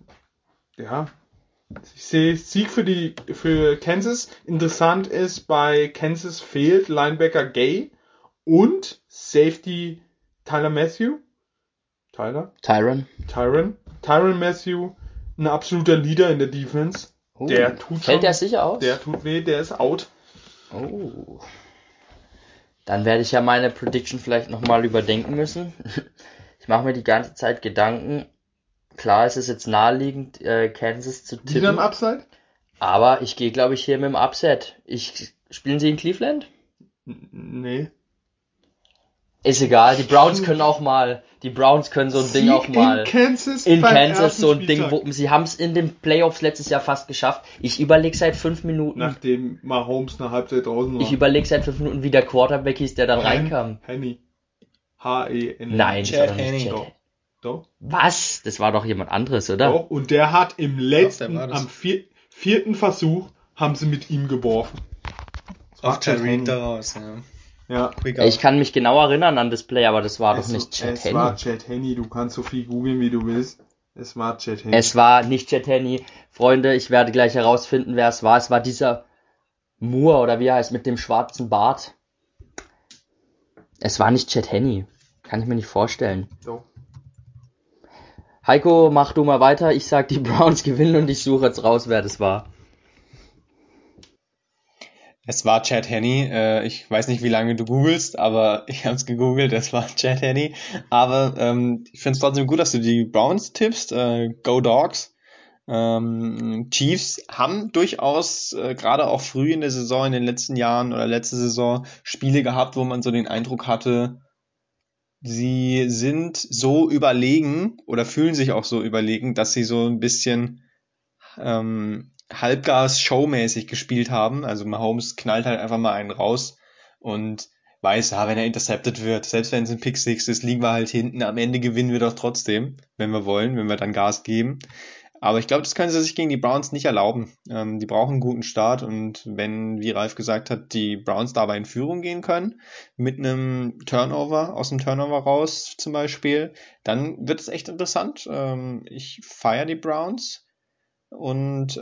Speaker 3: ich sehe Sieg für Kansas. Interessant ist, bei Kansas fehlt Linebacker Gay und Safety Tyrann Matthew, ein absoluter Leader in der Defense.
Speaker 1: Fällt der sicher aus?
Speaker 3: Der tut weh, der ist out.
Speaker 1: Oh. Dann werde ich ja meine Prediction vielleicht nochmal überdenken müssen. Ich mache mir die ganze Zeit Gedanken. Klar, es ist jetzt naheliegend, Kansas zu tippen.
Speaker 3: Wieder ein Upside?
Speaker 1: Aber ich gehe, glaube ich, hier mit dem Upset. Spielen sie in Cleveland?
Speaker 3: Nee.
Speaker 1: Ist egal, die Browns können so ein Ding auch mal.
Speaker 3: In
Speaker 1: Kansas so ein Ding wuppen. Sie haben es in den Playoffs letztes Jahr fast geschafft. Ich überlege seit 5 Minuten.
Speaker 3: Nachdem Mahomes eine Halbzeit draußen war.
Speaker 1: Ich überlege seit 5 Minuten, wie der Quarterback hieß, der dann reinkam.
Speaker 3: Henny. H-E-N.
Speaker 1: Nein, das war doch nicht
Speaker 3: Chad. Doch.
Speaker 1: Was? Das war doch jemand anderes, oder?
Speaker 3: Doch, und der hat am 4. Versuch, haben sie mit ihm geworfen.
Speaker 2: Auf Tyreek daraus,
Speaker 3: ja.
Speaker 1: Ich kann mich genau erinnern an das Play, aber das war doch nicht Chad Henne.
Speaker 3: Es war Chad Henne, du kannst so viel googeln, wie du willst. Es war Chad Henne.
Speaker 1: Es war nicht Chad Henne. Freunde, ich werde gleich herausfinden, wer es war. Es war dieser Moore, oder wie er heißt, mit dem schwarzen Bart. Es war nicht Chad Henne. Kann ich mir nicht vorstellen.
Speaker 3: So.
Speaker 1: Heiko, mach du mal weiter. Ich sag, die Browns gewinnen und ich suche jetzt raus, wer das war.
Speaker 2: Es war Chad Henne. Ich weiß nicht, wie lange du googelst, aber ich habe es gegoogelt. Es war Chad Henne. Aber ich finde es trotzdem gut, dass du die Browns tippst. Go Dogs. Chiefs haben durchaus gerade auch früh in der Saison, in den letzten Jahren oder letzte Saison Spiele gehabt, wo man so den Eindruck hatte, sie sind so überlegen oder fühlen sich auch so überlegen, dass sie so ein bisschen halbgas showmäßig gespielt haben. Also Mahomes knallt halt einfach mal einen raus und weiß, wenn er intercepted wird, selbst wenn es ein Pick Six ist, liegen wir halt hinten. Am Ende gewinnen wir doch trotzdem, wenn wir wollen, wenn wir dann Gas geben. Aber ich glaube, das können sie sich gegen die Browns nicht erlauben. Die brauchen einen guten Start und wenn, wie Ralf gesagt hat, die Browns dabei in Führung gehen können, mit einem Turnover, aus dem Turnover raus zum Beispiel, dann wird es echt interessant. Ich feiere die Browns und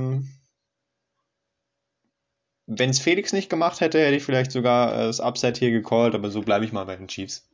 Speaker 2: wenn es Felix nicht gemacht hätte, hätte ich vielleicht sogar das Upset hier gecallt, aber so bleibe ich mal bei den Chiefs.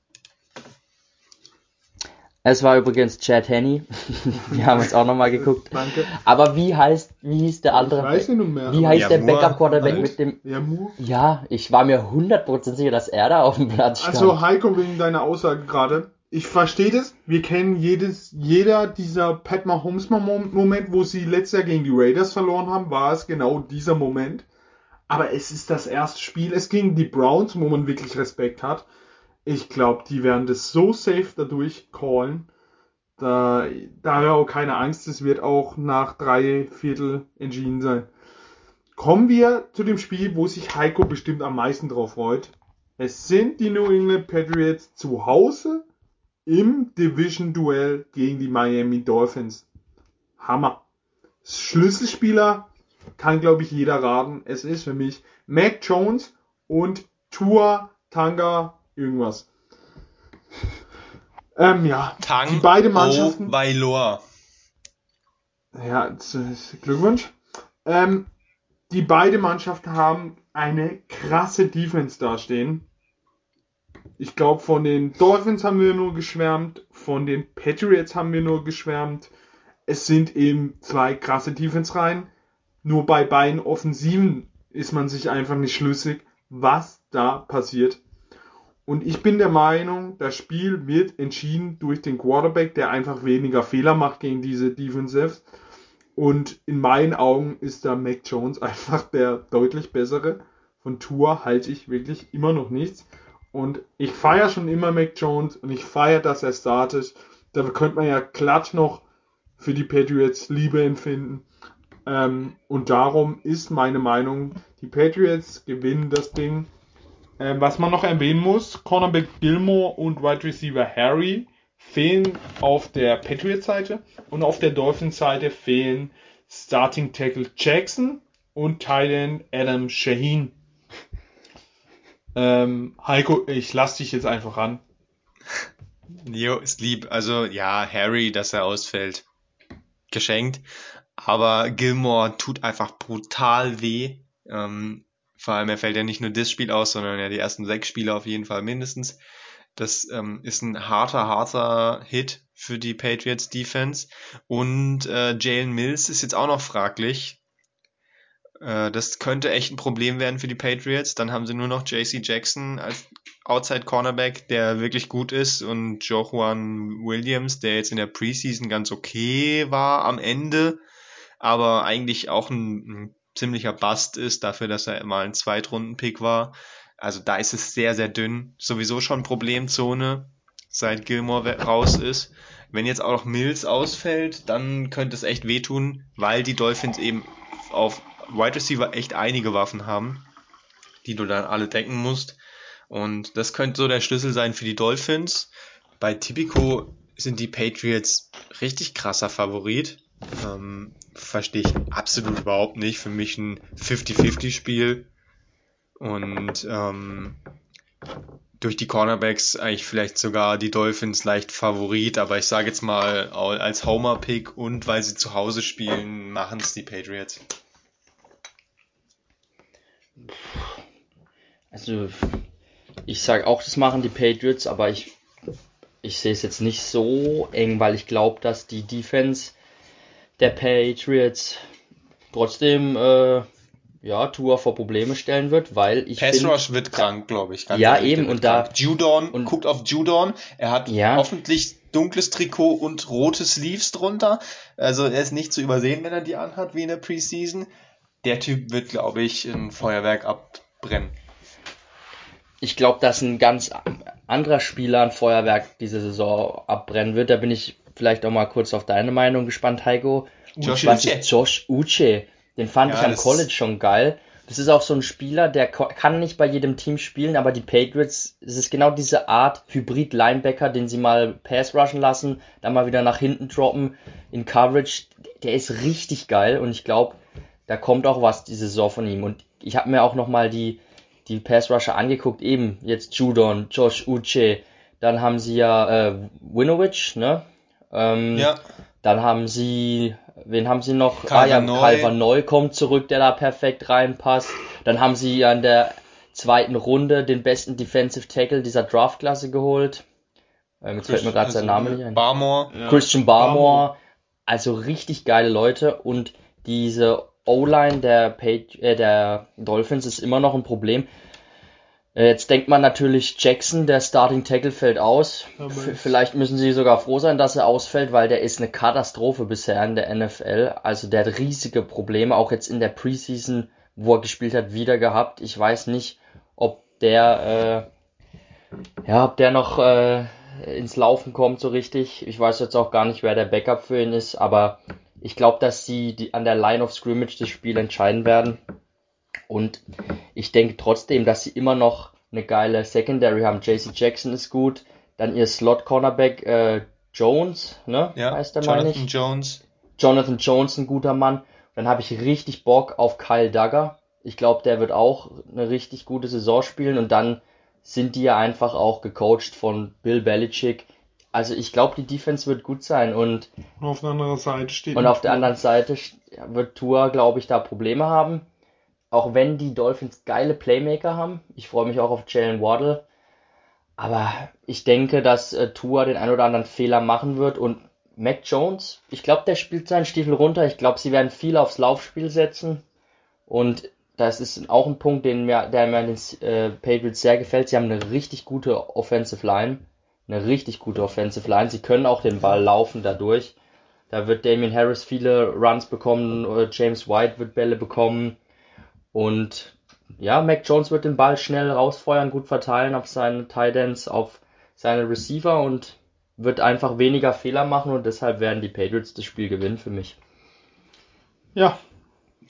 Speaker 1: Es war übrigens Chad Henne. Wir haben uns auch nochmal geguckt.
Speaker 3: Danke.
Speaker 1: Aber wie hieß der andere?
Speaker 3: Ich weiß nicht mehr.
Speaker 1: Wie heißt der
Speaker 2: Moore
Speaker 1: Backup-Quarterback
Speaker 3: halt.
Speaker 1: mit dem...
Speaker 3: Moore.
Speaker 1: Ja, ich war mir 100% sicher, dass er da auf dem Platz stand.
Speaker 3: Also Heiko, wegen deiner Aussage gerade. Ich verstehe das. Wir kennen jeder dieser Pat Mahomes Moment, wo sie letztes Jahr gegen die Raiders verloren haben, war es genau dieser Moment. Aber es ist das erste Spiel. Es gegen die Browns, wo man wirklich Respekt hat. Ich glaube, die werden das so safe dadurch callen. Da habe ich auch keine Angst. Es wird auch nach 3/4 entschieden sein. Kommen wir zu dem Spiel, wo sich Heiko bestimmt am meisten drauf freut. Es sind die New England Patriots zu Hause im Division-Duell gegen die Miami Dolphins. Hammer. Schlüsselspieler kann, glaube ich, jeder raten. Es ist für mich Mac Jones und Tua Tanga irgendwas. Die beiden Mannschaften.
Speaker 2: Bailor.
Speaker 3: Ja, Glückwunsch. Die beiden Mannschaften haben eine krasse Defense dastehen. Ich glaube, von den Dolphins haben wir nur geschwärmt, von den Patriots haben wir nur geschwärmt. Es sind eben 2 krasse Defense-Reihen. Nur bei beiden Offensiven ist man sich einfach nicht schlüssig, was da passiert. Und ich bin der Meinung, das Spiel wird entschieden durch den Quarterback, der einfach weniger Fehler macht gegen diese Defensives. Und in meinen Augen ist da Mac Jones einfach der deutlich bessere. Von Tua halte ich wirklich immer noch nichts. Und ich feiere schon immer Mac Jones und ich feiere, dass er startet. Da könnte man ja glatt noch für die Patriots Liebe empfinden. Und darum ist meine Meinung, die Patriots gewinnen das Ding. Was man noch erwähnen muss, Cornerback Gilmore und Wide Receiver Harry fehlen auf der Patriots-Seite und auf der Dolphins-Seite fehlen Starting Tackle Jackson und Tight End Adam Shaheen. Heiko, ich lass dich jetzt einfach ran.
Speaker 4: Jo, ist lieb. Also ja, Harry, dass er ausfällt, geschenkt. Aber Gilmore tut einfach brutal weh. Vor allem, er fällt ja nicht nur das Spiel aus, sondern ja die ersten 6 Spiele auf jeden Fall mindestens. Das ist ein harter Hit für die Patriots Defense. Und Jalen Mills ist jetzt auch noch fraglich. Das könnte echt ein Problem werden für die Patriots. Dann haben sie nur noch JC Jackson als Outside Cornerback, der wirklich gut ist, und Jojuan Williams, der jetzt in der Preseason ganz okay war am Ende, aber eigentlich auch ein ziemlicher Bust ist, dafür, dass er mal ein Zweitrunden-Pick war. Also da ist es sehr, sehr dünn. Sowieso schon Problemzone, seit Gilmore raus ist. Wenn jetzt auch noch Mills ausfällt, dann könnte es echt wehtun, weil die Dolphins eben auf Wide Receiver echt einige Waffen haben, die du dann alle decken musst. Und das könnte so der Schlüssel sein für die Dolphins. Bei Tipico sind die Patriots richtig krasser Favorit. Verstehe ich absolut überhaupt nicht. Für mich ein 50-50-Spiel. Und durch die Cornerbacks eigentlich vielleicht sogar die Dolphins leicht Favorit. Aber ich sage jetzt mal als Homer-Pick und weil sie zu Hause spielen, machen es die Patriots.
Speaker 1: Also, ich sage auch, das machen die Patriots, aber ich sehe es jetzt nicht so eng, weil ich glaube, dass die Defense der Patriots trotzdem Tua vor Probleme stellen wird, weil ich
Speaker 4: Pass
Speaker 1: finde,
Speaker 4: Rush wird krank, glaube ich. Ganz
Speaker 1: ja
Speaker 4: ehrlich,
Speaker 1: eben
Speaker 4: der wird
Speaker 1: und da
Speaker 4: krank. Judon,
Speaker 1: und
Speaker 4: guckt auf Judon. Er hat
Speaker 1: ja,
Speaker 4: hoffentlich dunkles Trikot und rote Sleeves drunter. Also er ist nicht zu übersehen, wenn er die anhat wie in der Preseason. Der Typ wird, glaube ich, ein Feuerwerk abbrennen.
Speaker 1: ich glaube, dass ein ganz anderer Spieler ein Feuerwerk diese Saison abbrennen wird. Da bin ich vielleicht auch mal kurz auf deine Meinung gespannt, Heiko. Josh Uche. Den fand ich am College schon geil. Das ist auch so ein Spieler, der kann nicht bei jedem Team spielen, aber die Patriots, es ist genau diese Art Hybrid-Linebacker, den sie mal Pass rushen lassen, dann mal wieder nach hinten droppen in Coverage. Der ist richtig geil und ich glaube, da kommt auch was diese Saison von ihm. Und ich habe mir auch nochmal die Pass Rusher angeguckt, eben jetzt Judon, Josh Uche, dann haben sie ja Winovich, ne? Dann haben sie, wen haben sie noch? Calvin Neu kommt zurück, der da perfekt reinpasst. Dann haben sie ja in der zweiten Runde den besten Defensive Tackle dieser Draftklasse geholt. Jetzt fällt mir gerade sein Name nicht ein. Christian Barmore. Also richtig geile Leute und diese O-Line der Dolphins ist immer noch ein Problem. Jetzt denkt man natürlich, Jackson, der Starting Tackle, fällt aus. Vielleicht müssen sie sogar froh sein, dass er ausfällt, weil der ist eine Katastrophe bisher in der NFL. Also der hat riesige Probleme, auch jetzt in der Preseason, wo er gespielt hat, wieder gehabt. Ich weiß nicht, ob der noch ins Laufen kommt so richtig. Ich weiß jetzt auch gar nicht, wer der Backup für ihn ist, aber ich glaube, dass sie an der Line of Scrimmage das Spiel entscheiden werden. Und ich denke trotzdem, dass sie immer noch eine geile Secondary haben. JC Jackson ist gut. Dann ihr Slot-Cornerback Jones, ne?
Speaker 4: Ja,
Speaker 1: heißt der,
Speaker 4: Jonathan
Speaker 1: meine ich.
Speaker 4: Jones.
Speaker 1: Jonathan Jones, ein guter Mann. Dann habe ich richtig Bock auf Kyle Duggar. Ich glaube, der wird auch eine richtig gute Saison spielen. Und dann sind die ja einfach auch gecoacht von Bill Belichick. Also ich glaube, die Defense wird gut sein. Und
Speaker 3: auf der anderen Seite steht
Speaker 1: und auf der anderen Seite wird Tua, glaube ich, da Probleme haben. Auch wenn die Dolphins geile Playmaker haben. Ich freue mich auch auf Jalen Waddle. Aber ich denke, dass Tua den ein oder anderen Fehler machen wird. Und Mac Jones, ich glaube, der spielt seinen Stiefel runter. Ich glaube, sie werden viel aufs Laufspiel setzen. Und das ist auch ein Punkt, der mir an den Patriots sehr gefällt. Sie haben eine richtig gute Offensive Line. Sie können auch den Ball laufen dadurch. Da wird Damien Harris viele Runs bekommen. James White wird Bälle bekommen. Und ja, Mac Jones wird den Ball schnell rausfeuern, gut verteilen auf seine Tight Ends, auf seine Receiver und wird einfach weniger Fehler machen und deshalb werden die Patriots das Spiel gewinnen für mich.
Speaker 3: Ja,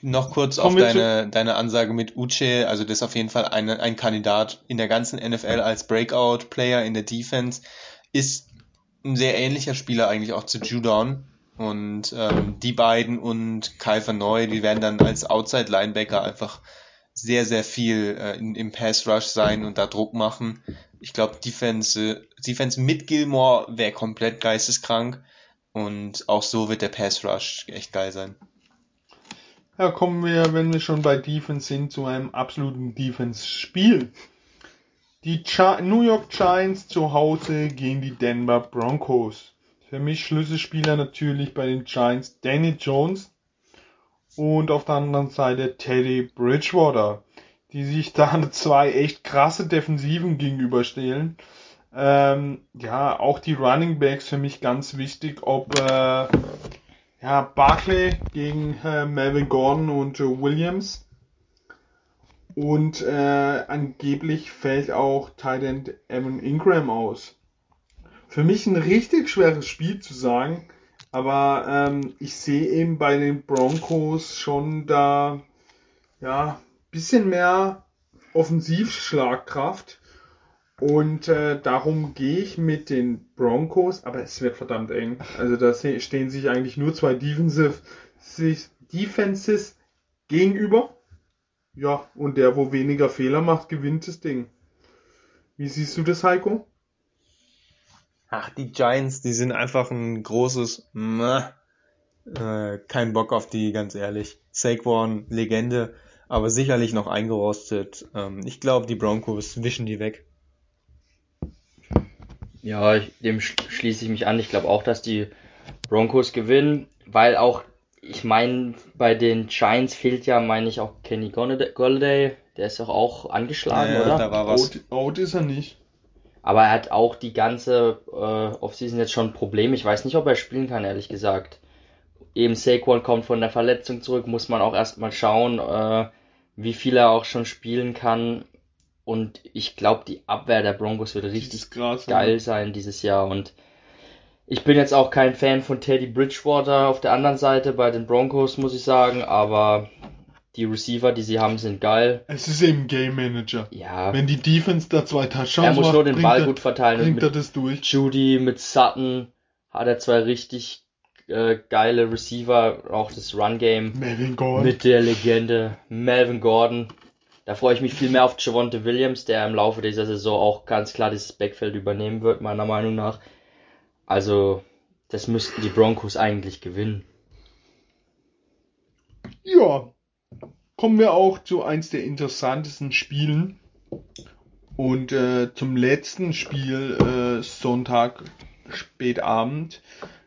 Speaker 4: Noch kurz auf
Speaker 3: Kommen wir zu-
Speaker 4: deine Ansage mit Uche, also das ist auf jeden Fall ein Kandidat in der ganzen NFL als Breakout-Player in der Defense, ist ein sehr ähnlicher Spieler eigentlich auch zu Judon. Und die beiden und Kyle Van Noy, die werden dann als Outside-Linebacker einfach sehr, sehr viel im Pass-Rush sein und da Druck machen. Ich glaube, Defense mit Gilmore wäre komplett geisteskrank und auch so wird der Pass-Rush echt geil sein.
Speaker 3: Ja, kommen wir, wenn wir schon bei Defense sind, zu einem absoluten Defense-Spiel. Die New York Giants zu Hause gegen die Denver Broncos. Für mich Schlüsselspieler natürlich bei den Giants Danny Jones und auf der anderen Seite Teddy Bridgewater, die sich da zwei echt krasse Defensiven gegenüberstellen. Ja, auch die Running Backs für mich ganz wichtig, ob Barkley gegen Melvin Gordon und Williams. Und angeblich fällt auch Tight End Evan Ingram aus. Für mich ein richtig schweres Spiel zu sagen, aber ich sehe eben bei den Broncos schon da bisschen mehr Offensivschlagkraft. Und darum gehe ich mit den Broncos, aber es wird verdammt eng. Also da stehen sich eigentlich nur zwei Defenses gegenüber. Ja, und der, wo weniger Fehler macht, gewinnt das Ding. Wie siehst du das, Heiko?
Speaker 4: Ach, die Giants, die sind einfach ein großes kein Bock auf die, ganz ehrlich. Saquon, Legende, aber sicherlich noch eingerostet. Ich glaube, die Broncos wischen die weg.
Speaker 1: Ja, dem schließe ich mich an. Ich glaube auch, dass die Broncos gewinnen, weil auch, ich meine, bei den Giants fehlt ja, meine ich, auch Kenny Golladay. Der ist doch auch angeschlagen,
Speaker 4: Ja,
Speaker 1: oder?
Speaker 4: da war was.
Speaker 3: Out ist er nicht.
Speaker 1: Aber er hat auch die ganze Offseason jetzt schon ein Problem. Ich weiß nicht, ob er spielen kann, ehrlich gesagt. Eben Saquon kommt von der Verletzung zurück, muss man auch erstmal schauen, wie viel er auch schon spielen kann. Und ich glaube, die Abwehr der Broncos wird richtig geil sein dieses Jahr. Und ich bin jetzt auch kein Fan von Teddy Bridgewater auf der anderen Seite bei den Broncos, muss ich sagen. Aber die Receiver, die sie haben, sind geil.
Speaker 3: Es ist eben Game Manager.
Speaker 1: Ja.
Speaker 3: Wenn die Defense da zwei Touchdowns
Speaker 1: Er muss
Speaker 3: macht,
Speaker 1: nur den Ball gut verteilen.
Speaker 3: bringt
Speaker 1: Und
Speaker 3: er
Speaker 1: mit
Speaker 3: das durch.
Speaker 1: Judy, mit Sutton hat er zwei richtig geile Receiver. Auch das Run-Game
Speaker 3: Melvin Gordon.
Speaker 1: mit der Legende Melvin Gordon. Da freue ich mich viel mehr auf Javonte Williams, der im Laufe dieser Saison auch ganz klar dieses Backfield übernehmen wird, meiner Meinung nach. Also, das müssten die Broncos eigentlich gewinnen.
Speaker 3: Ja, kommen wir auch zu eins der interessantesten Spielen. Und zum letzten Spiel Sonntag spätabend.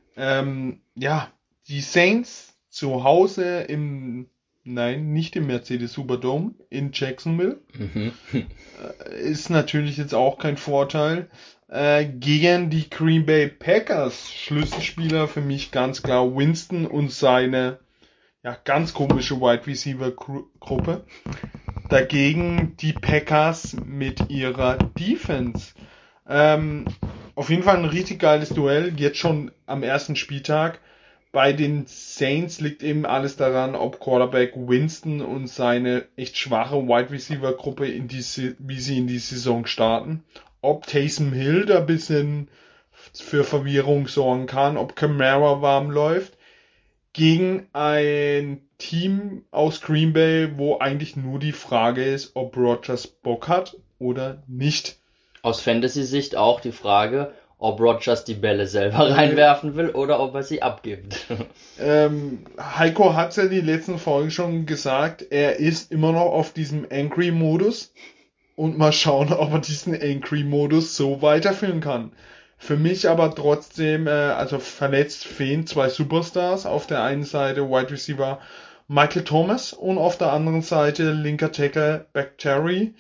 Speaker 3: Die Saints zu Hause nicht im Mercedes Superdome in Jacksonville. Ist natürlich jetzt auch kein Vorteil. Gegen die Green Bay Packers. Schlüsselspieler für mich ganz klar Winston und seine ganz komische Wide Receiver Gruppe. Dagegen die Packers mit ihrer Defense. Auf jeden Fall ein richtig geiles Duell, jetzt schon am ersten Spieltag. Bei den Saints liegt eben alles daran, ob Quarterback Winston und seine echt schwache Wide Receiver Gruppe wie sie in die Saison starten. Ob Taysom Hill da ein bisschen für Verwirrung sorgen kann, ob Kamara warm läuft. Gegen ein Team aus Green Bay, wo eigentlich nur die Frage ist, ob Rodgers Bock hat oder nicht.
Speaker 1: Aus Fantasy-Sicht auch die Frage, ob Rodgers die Bälle selber reinwerfen will oder ob er sie abgibt.
Speaker 3: Heiko hat's ja die letzten Folgen schon gesagt, er ist immer noch auf diesem Angry-Modus und mal schauen, ob er diesen Angry-Modus so weiterführen kann. Für mich aber trotzdem, verletzt fehlen zwei Superstars. Auf der einen Seite Wide Receiver Michael Thomas und auf der anderen Seite linker Tackle Bakhtiari.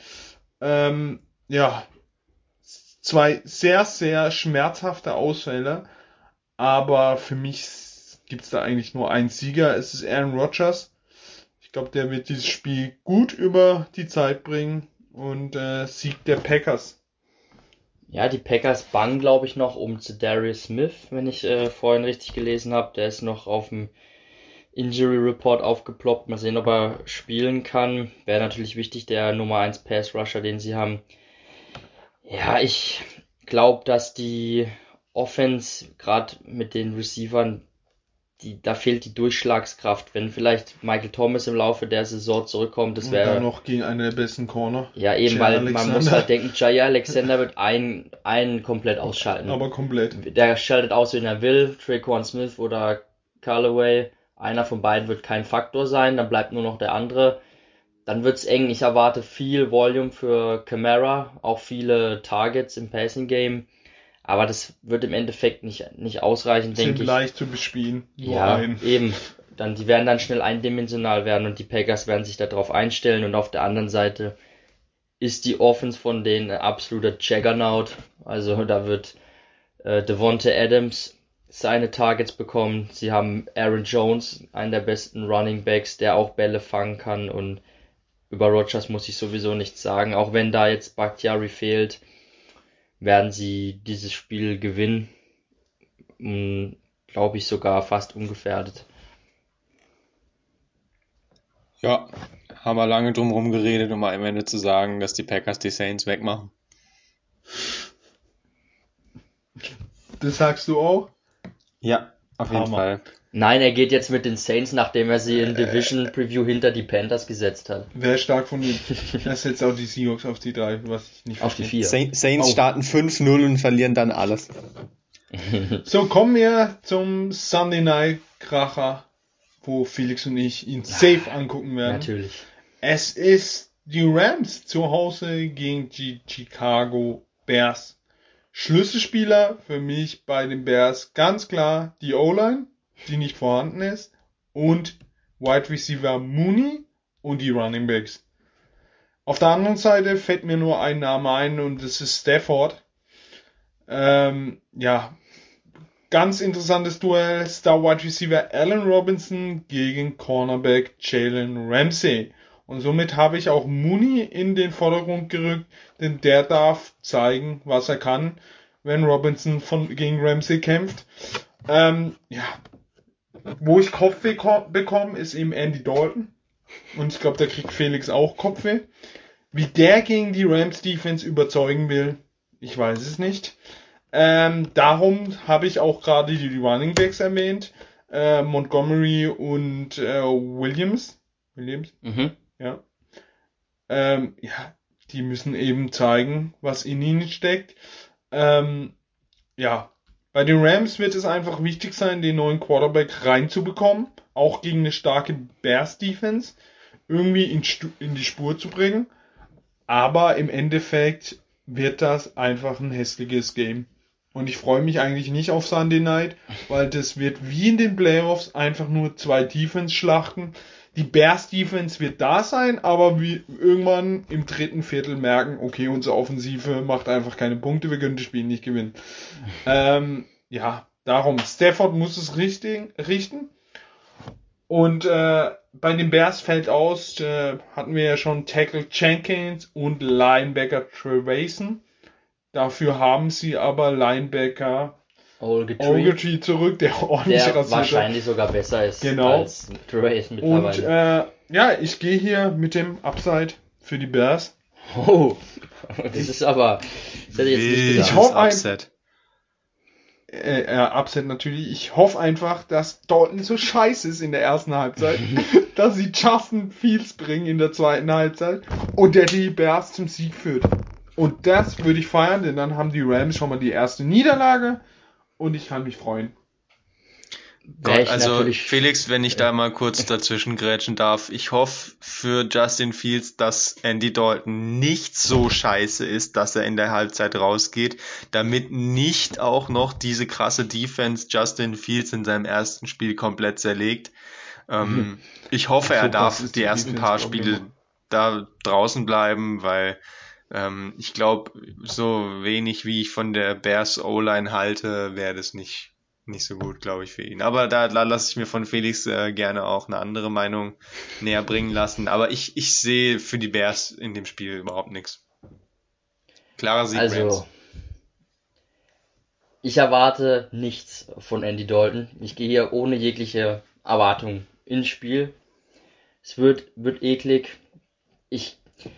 Speaker 3: Zwei sehr, sehr schmerzhafte Ausfälle. Aber für mich gibt's da eigentlich nur einen Sieger. Es ist Aaron Rodgers. Ich glaube, der wird dieses Spiel gut über die Zeit bringen und Sieg der Packers.
Speaker 1: Ja, die Packers bangen, glaube ich, noch um Darius Smith, wenn ich vorhin richtig gelesen habe. Der ist noch auf dem Injury Report aufgeploppt. Mal sehen, ob er spielen kann. Wäre natürlich wichtig, der Nummer 1 Pass Rusher, den sie haben. Ja, ich glaube, dass die Offense, gerade mit den Receivern, da fehlt die Durchschlagskraft. Wenn vielleicht Michael Thomas im Laufe der Saison zurückkommt, das
Speaker 3: Und dann
Speaker 1: wäre
Speaker 3: noch gegen einen der besten Corner.
Speaker 1: ja eben,
Speaker 3: Jair
Speaker 1: weil man
Speaker 3: Alexander.
Speaker 1: muss halt denken, Jair Alexander wird einen komplett ausschalten.
Speaker 3: Aber komplett.
Speaker 1: Der schaltet aus, wenn er will. Traquan Smith oder Callaway, einer von beiden wird kein Faktor sein, dann bleibt nur noch der andere. Dann wird's eng. Ich erwarte viel Volume für Kamara, auch viele Targets im Passing Game. Aber das wird im Endeffekt nicht ausreichen, denke
Speaker 3: Sind
Speaker 1: ich.
Speaker 3: leicht zu bespielen. Nur
Speaker 1: Ja,
Speaker 3: ein.
Speaker 1: eben. Die werden dann schnell eindimensional werden und die Packers werden sich darauf einstellen. Und auf der anderen Seite ist die Offense von denen ein absoluter Juggernaut. Also da wird Devonta Adams seine Targets bekommen. Sie haben Aaron Jones, einen der besten Running Backs, der auch Bälle fangen kann. Und über Rodgers muss ich sowieso nichts sagen. Auch wenn da jetzt Bakhtiari fehlt, werden sie dieses Spiel gewinnen. Glaube ich sogar fast ungefährdet.
Speaker 4: Ja, haben wir lange drum herum geredet, um am Ende zu sagen, dass die Packers die Saints wegmachen.
Speaker 3: Das sagst du auch?
Speaker 4: Ja, auf jeden
Speaker 3: Hammer.
Speaker 4: Fall.
Speaker 1: Nein, er geht jetzt mit den Saints, nachdem er sie in Division Preview hinter die Panthers gesetzt hat.
Speaker 3: Wäre stark von ihm. Er setzt auch die Seahawks auf die 3, was ich nicht
Speaker 1: Auf die
Speaker 3: verstehe.
Speaker 1: 4.
Speaker 4: Saints
Speaker 3: Oh.
Speaker 4: starten 5-0 und verlieren dann alles.
Speaker 3: So, kommen wir zum Sunday Night Kracher, wo Felix und ich ihn safe angucken werden.
Speaker 1: Natürlich.
Speaker 3: Es ist die Rams zu Hause gegen die Chicago Bears. Schlüsselspieler für mich bei den Bears ganz klar die O-Line, die nicht vorhanden ist, und Wide Receiver Mooney und die Running Backs. Auf der anderen Seite fällt mir nur ein Name ein und das ist Stafford. Ja, ganz interessantes Duell. Star Wide Receiver Allen Robinson gegen Cornerback Jalen Ramsey. Und somit habe ich auch Mooney in den Vordergrund gerückt, denn der darf zeigen, was er kann, wenn Robinson gegen Ramsey kämpft. Ja, wo ich Kopfweh bekomme, ist eben Andy Dalton. Und ich glaube, da kriegt Felix auch Kopfweh. Wie der gegen die Rams Defense überzeugen will, ich weiß es nicht. Darum habe ich auch gerade die Running Backs erwähnt. Montgomery und Williams.
Speaker 1: Mhm.
Speaker 3: Ja. Ja, die müssen eben zeigen, was in ihnen steckt. Ja, bei den Rams wird es einfach wichtig sein, den neuen Quarterback reinzubekommen. Auch gegen eine starke Bears Defense. Irgendwie in die Spur zu bringen. Aber im Endeffekt wird das einfach ein hässliches Game. Und ich freue mich eigentlich nicht auf Sunday Night, weil das wird wie in den Playoffs einfach nur 2 Defense-Schlachten. Die Bears Defense wird da sein, aber wir irgendwann im 3. Viertel merken, okay, unsere Offensive macht einfach keine Punkte, wir können das Spiel nicht gewinnen. Ja, darum, Stafford muss es richten. Und bei den Bears fällt aus, hatten wir ja schon Tackle Jenkins und Linebacker Trevathan. Dafür haben sie aber Linebacker Ogletree zurück, der ordentlich
Speaker 1: der
Speaker 3: rasiert
Speaker 1: wahrscheinlich sogar besser ist als Trevathan mittlerweile.
Speaker 3: Und ja, ich gehe hier mit dem Upside für die Bears.
Speaker 1: Oh, das ist aber, das hätte ich jetzt nicht gedacht.
Speaker 3: Ich hoffe
Speaker 4: Upset.
Speaker 3: Upset natürlich. Ich hoffe einfach, dass Dalton so scheiße ist in der ersten Halbzeit, dass sie Justin Fields bringen in der zweiten Halbzeit und der die Bears zum Sieg führt. Und das würde ich feiern, denn dann haben die Rams schon mal die erste Niederlage und ich kann mich freuen.
Speaker 4: Gott, also Felix, wenn ich da mal kurz dazwischen grätschen darf, ich hoffe für Justin Fields, dass Andy Dalton nicht so scheiße ist, dass er in der Halbzeit rausgeht, damit nicht auch noch diese krasse Defense Justin Fields in seinem ersten Spiel komplett zerlegt. Ich hoffe, er darf die ersten paar Spiele da draußen bleiben, weil ich glaube, so wenig wie ich von der Bears O-Line halte, wäre das nicht so gut, glaube ich, für ihn. Aber da lasse ich mir von Felix gerne auch eine andere Meinung näher bringen lassen. Aber ich sehe für die Bears in dem Spiel überhaupt nichts. Klarer Sieg Rams.
Speaker 1: Also, ich erwarte nichts von Andy Dalton. Ich gehe hier ohne jegliche Erwartung ins Spiel. Es wird eklig. Ich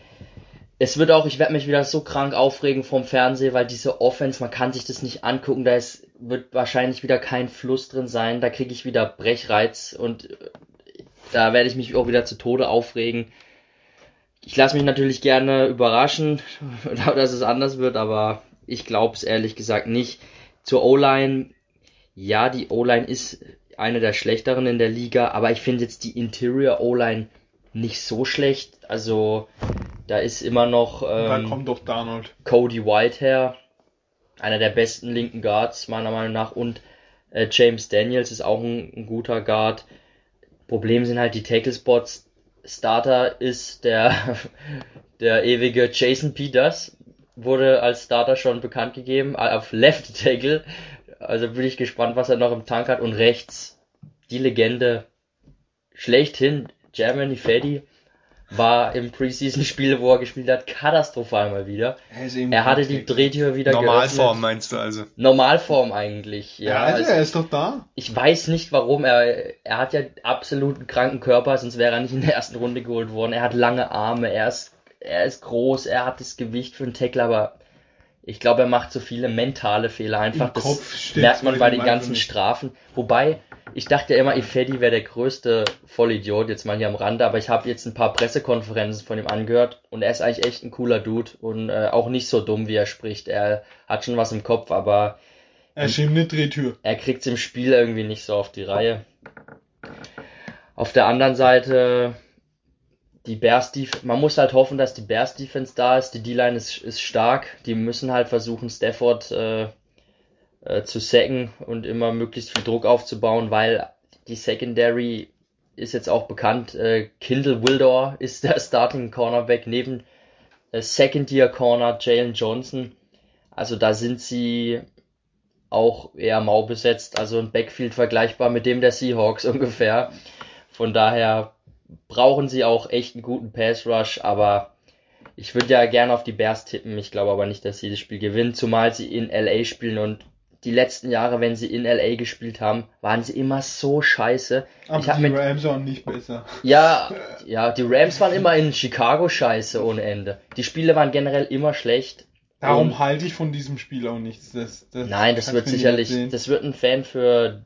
Speaker 1: werde mich wieder so krank aufregen vom Fernseher, weil diese Offense, man kann sich das nicht angucken, wird wahrscheinlich wieder kein Fluss drin sein, da kriege ich wieder Brechreiz und da werde ich mich auch wieder zu Tode aufregen. Ich lasse mich natürlich gerne überraschen, dass es anders wird, aber ich glaube es ehrlich gesagt nicht. Zur O-Line, ja, die O-Line ist eine der schlechteren in der Liga, aber ich finde jetzt die Interior O-Line nicht so schlecht, also da ist immer noch
Speaker 3: Da kommt doch Darnold.
Speaker 1: Cody Whitehair, einer der besten linken Guards meiner Meinung nach, und James Daniels ist auch ein guter Guard. Problem sind halt die Tackle-Spots. Starter ist der ewige Jason Peters, wurde als Starter schon bekannt gegeben, auf Left Tackle. Also bin ich gespannt, was er noch im Tank hat. Und rechts die Legende schlechthin, Germany Freddy, war im Preseason-Spiel, wo er gespielt hat, katastrophal mal wieder. Er hatte die Drehtür wieder
Speaker 4: Normalform
Speaker 1: geöffnet.
Speaker 4: meinst du also?
Speaker 1: Normalform eigentlich, ja.
Speaker 3: Ja, also er ist doch da.
Speaker 1: Ich weiß nicht warum, er hat ja absolut einen kranken Körper, sonst wäre er nicht in der ersten Runde geholt worden. Er hat lange Arme, er ist groß, er hat das Gewicht für einen Tackler, aber ich glaube, er macht so viele mentale Fehler einfach.
Speaker 3: Im Kopf
Speaker 1: Das
Speaker 3: steht's
Speaker 1: merkt man
Speaker 3: bei
Speaker 1: bei
Speaker 3: ihm
Speaker 1: den
Speaker 3: einfach
Speaker 1: ganzen
Speaker 3: nicht.
Speaker 1: Strafen. Wobei, ich dachte ja immer, Ifedi wäre der größte Vollidiot, jetzt mal hier am Rande, aber ich habe jetzt ein paar Pressekonferenzen von ihm angehört und er ist eigentlich echt ein cooler Dude und auch nicht so dumm, wie er spricht. Er hat schon was im Kopf, aber
Speaker 3: Er schiebt eine Drehtür.
Speaker 1: er kriegt's im Spiel irgendwie nicht so auf die Reihe. Auf der anderen Seite, die Bears Defense, man muss halt hoffen, dass die Bears Defense da ist. Die D-Line ist stark. Die müssen halt versuchen, Stafford zu sacken und immer möglichst viel Druck aufzubauen, weil die Secondary ist jetzt auch bekannt. Kindle Wildor ist der Starting Cornerback neben Second Year Corner Jalen Johnson. Also da sind sie auch eher mau besetzt, also ein Backfield vergleichbar mit dem der Seahawks ungefähr. Von daher brauchen sie auch echt einen guten Pass Rush, aber ich würde ja gerne auf die Bears tippen. Ich glaube aber nicht, dass sie das Spiel gewinnen, zumal sie in LA spielen und die letzten Jahre, wenn sie in LA gespielt haben, waren sie immer so scheiße.
Speaker 3: Aber die Rams waren nicht besser.
Speaker 1: Ja, die Rams waren immer in Chicago scheiße ohne Ende. Die Spiele waren generell immer schlecht.
Speaker 3: Darum halte ich von diesem Spiel auch nichts.
Speaker 1: Nein, das wird sicherlich, das wird ein Fan für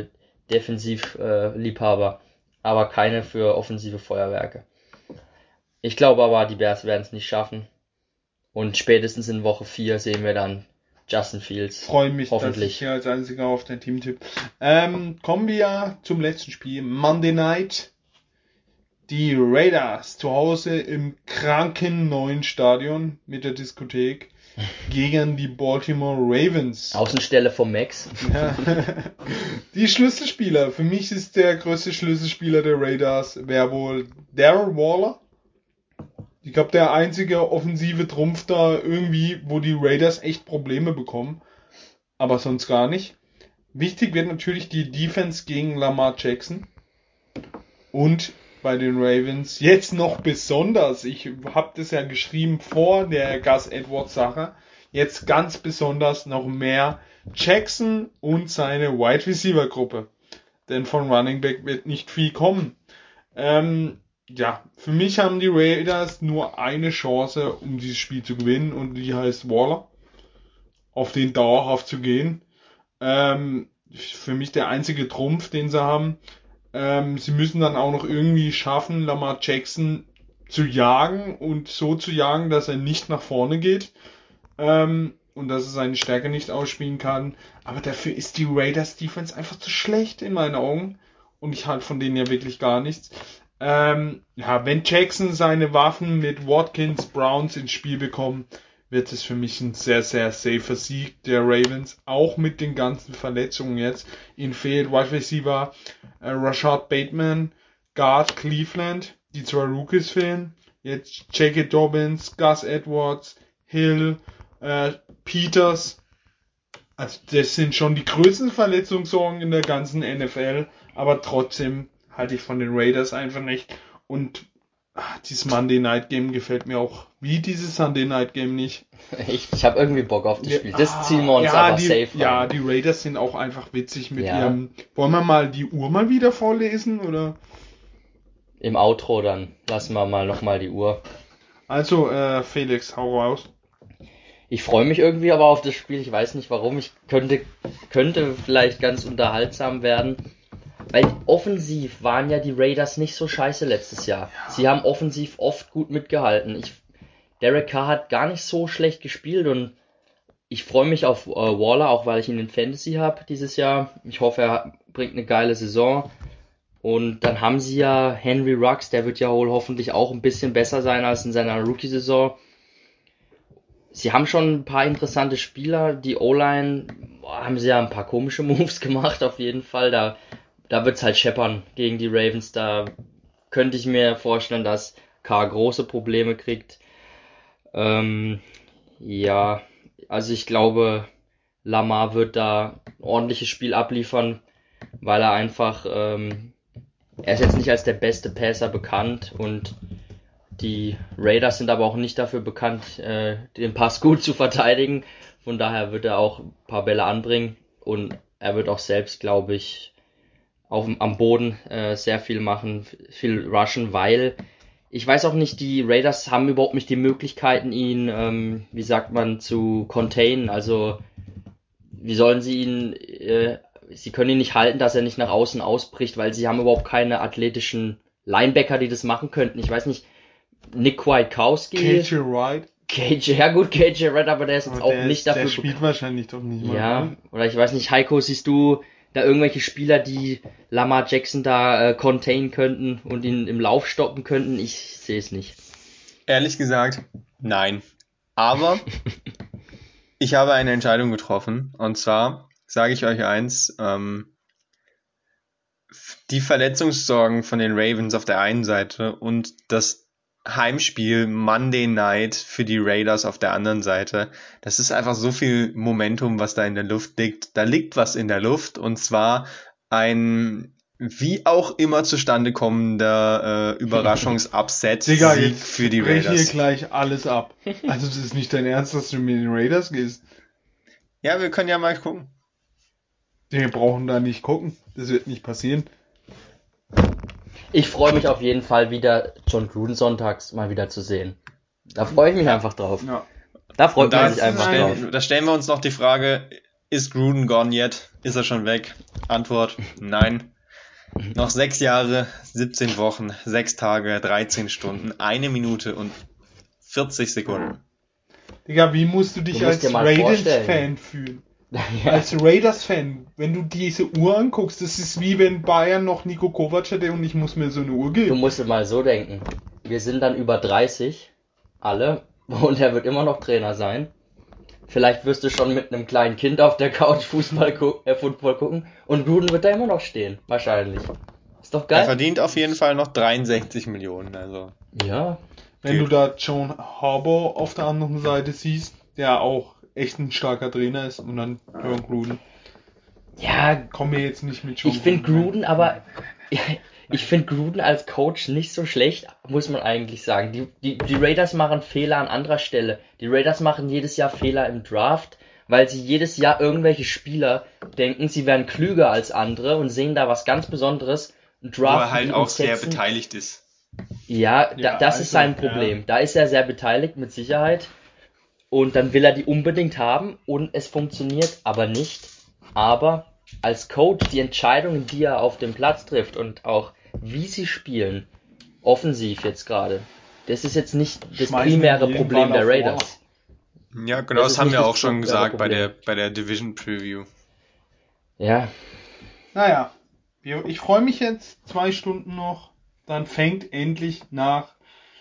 Speaker 1: Defensivliebhaber, aber keine für offensive Feuerwerke. Ich glaube aber, die Bears werden es nicht schaffen. Und spätestens in Woche 4 sehen wir dann Justin Fields.
Speaker 3: Freue mich, dass ich
Speaker 1: hoffentlich.
Speaker 3: hier als einziger auf den Team tippe. Kommen wir zum letzten Spiel. Monday Night. Die Raiders zu Hause im kranken neuen Stadion mit der Diskothek gegen die Baltimore Ravens.
Speaker 1: Außenstelle vom Max.
Speaker 3: Ja. Die Schlüsselspieler. Für mich ist der größte Schlüsselspieler der Raiders wäre wohl Darren Waller. Ich glaube, der einzige offensive Trumpf da irgendwie, wo die Raiders echt Probleme bekommen. Aber sonst gar nicht. Wichtig wird natürlich die Defense gegen Lamar Jackson. Und bei den Ravens jetzt noch besonders, ich habe das ja geschrieben vor der Gus Edwards Sache, jetzt ganz besonders noch mehr Jackson und seine Wide Receiver Gruppe. Denn von Running Back wird nicht viel kommen. Für mich haben die Raiders nur eine Chance, um dieses Spiel zu gewinnen, und die heißt Waller. Auf den dauerhaft zu gehen. Für mich der einzige Trumpf, den sie haben. Sie müssen dann auch noch irgendwie schaffen, Lamar Jackson zu jagen und so zu jagen, dass er nicht nach vorne geht. Und dass er seine Stärke nicht ausspielen kann. Aber dafür ist die Raiders Defense einfach zu schlecht in meinen Augen. Und ich halte von denen ja wirklich gar nichts. Wenn Jackson seine Waffen mit Watkins, Browns ins Spiel bekommt, wird es für mich ein sehr, sehr safer Sieg der Ravens. Auch mit den ganzen Verletzungen jetzt. Ihnen fehlt Wide Receiver Rashad Bateman, Guard Cleveland, die zwei Rookies fehlen. Jetzt J.K. Dobbins, Gus Edwards, Hill, Peters. Also das sind schon die größten Verletzungssorgen in der ganzen NFL. Aber trotzdem halte ich von den Raiders einfach nicht. Und Dieses Monday Night Game gefällt mir auch wie dieses Sunday Night Game nicht.
Speaker 1: Echt? Ich habe irgendwie Bock auf das Spiel. Das ziehen wir uns aber safe rein.
Speaker 3: Ja, die Raiders sind auch einfach witzig mit
Speaker 1: Ja.
Speaker 3: ihrem... Wollen wir mal die Uhr mal wieder vorlesen, oder?
Speaker 1: Im Outro dann lassen wir mal nochmal die Uhr.
Speaker 3: Also, Felix, hau raus.
Speaker 1: Ich freue mich irgendwie aber auf das Spiel. Ich weiß nicht warum. Ich könnte vielleicht ganz unterhaltsam werden. Weil offensiv waren ja die Raiders nicht so scheiße letztes Jahr. Ja. Sie haben offensiv oft gut mitgehalten. Derek Carr hat gar nicht so schlecht gespielt und ich freue mich auf Waller, auch weil ich ihn in Fantasy habe dieses Jahr. Ich hoffe, er bringt eine geile Saison. Und dann haben sie ja Henry Ruggs, der wird ja wohl hoffentlich auch ein bisschen besser sein als in seiner Rookie-Saison. Sie haben schon ein paar interessante Spieler. Die O-Line, haben sie ja ein paar komische Moves gemacht auf jeden Fall. Da wird's halt scheppern gegen die Ravens. Da könnte ich mir vorstellen, dass Carr große Probleme kriegt. Ja, also ich glaube, Lamar wird da ein ordentliches Spiel abliefern, weil er einfach, er ist jetzt nicht als der beste Passer bekannt und die Raiders sind aber auch nicht dafür bekannt, den Pass gut zu verteidigen. Von daher wird er auch ein paar Bälle anbringen und er wird auch selbst, glaube ich, am Boden sehr viel machen, viel rushen, weil ich weiß auch nicht, die Raiders haben überhaupt nicht die Möglichkeiten, ihn, wie sagt man, zu containen. Also wie sollen sie ihn, sie können ihn nicht halten, dass er nicht nach außen ausbricht, weil sie haben überhaupt keine athletischen Linebacker, die das machen könnten. Ich weiß nicht, Nick Kwiatkowski.
Speaker 3: KJ Wright.
Speaker 1: Ja gut, KJ Wright, aber der ist jetzt auch nicht dafür.
Speaker 3: Der spielt wahrscheinlich doch nicht mal.
Speaker 1: Ja, oder ich weiß nicht, Heiko, siehst du da irgendwelche Spieler, die Lamar Jackson da containen könnten und ihn im Lauf stoppen könnten? Ich sehe es nicht.
Speaker 4: Ehrlich gesagt, nein. Aber ich habe eine Entscheidung getroffen. Und zwar sage ich euch eins, die Verletzungssorgen von den Ravens auf der einen Seite und das Heimspiel Monday Night für die Raiders auf der anderen Seite. Das ist einfach so viel Momentum, was da in der Luft liegt. Da liegt was in der Luft und zwar ein wie auch immer zustande kommender Überraschungs-Upset-Sieg für die Raiders.
Speaker 3: Hier gleich alles ab. Also das ist nicht dein Ernst, dass du mit den Raiders gehst?
Speaker 4: Ja, wir können ja mal gucken.
Speaker 3: Wir brauchen da nicht gucken. Das wird nicht passieren.
Speaker 1: Ich freue mich auf jeden Fall wieder, John Gruden sonntags mal wieder zu sehen. Da freue ich mich einfach drauf.
Speaker 3: Ja.
Speaker 1: Da freut man sich einfach drauf.
Speaker 4: Da stellen wir uns noch die Frage, ist Gruden gone yet? Ist er schon weg? Antwort, nein. Noch 6 Jahre, 17 Wochen, 6 Tage, 13 Stunden, 1 Minute und 40 Sekunden.
Speaker 3: Digga, wie musst du dich als Raiders-Fan fühlen? Ja. Als Raiders-Fan, wenn du diese Uhr anguckst, das ist wie wenn Bayern noch Niko Kovac hätte und ich muss mir so eine Uhr geben.
Speaker 1: Du musst dir mal so denken, wir sind dann über 30, alle, und er wird immer noch Trainer sein. Vielleicht wirst du schon mit einem kleinen Kind auf der Couch Football gucken und Gruden wird da immer noch stehen, wahrscheinlich. Ist doch geil.
Speaker 4: Er verdient auf jeden Fall noch 63 Millionen, also.
Speaker 1: Ja.
Speaker 3: Wenn du da John Harbaugh auf der anderen Seite siehst, der auch echt ein starker Trainer ist und dann John Gruden.
Speaker 1: Ja,
Speaker 3: komm mir jetzt nicht mit John
Speaker 1: Ich finde Gruden aber, ich finde Gruden als Coach nicht so schlecht, muss man eigentlich sagen. Die Raiders machen Fehler an anderer Stelle. Die Raiders machen jedes Jahr Fehler im Draft, weil sie jedes Jahr irgendwelche Spieler denken, sie wären klüger als andere und sehen da was ganz Besonderes. Und
Speaker 4: wo er halt auch sehr beteiligt ist.
Speaker 1: Ja, das ist sein Problem. Ja. Da ist er sehr beteiligt, mit Sicherheit. Und dann will er die unbedingt haben und es funktioniert aber nicht. Aber als Coach die Entscheidungen, die er auf dem Platz trifft und auch wie sie spielen, offensiv jetzt gerade, das ist jetzt nicht das primäre Problem der Raiders.
Speaker 4: Ja, genau, das haben wir auch schon gesagt bei der Division Preview.
Speaker 1: Ja.
Speaker 3: Naja, ich freue mich jetzt 2 Stunden noch, dann fängt endlich nach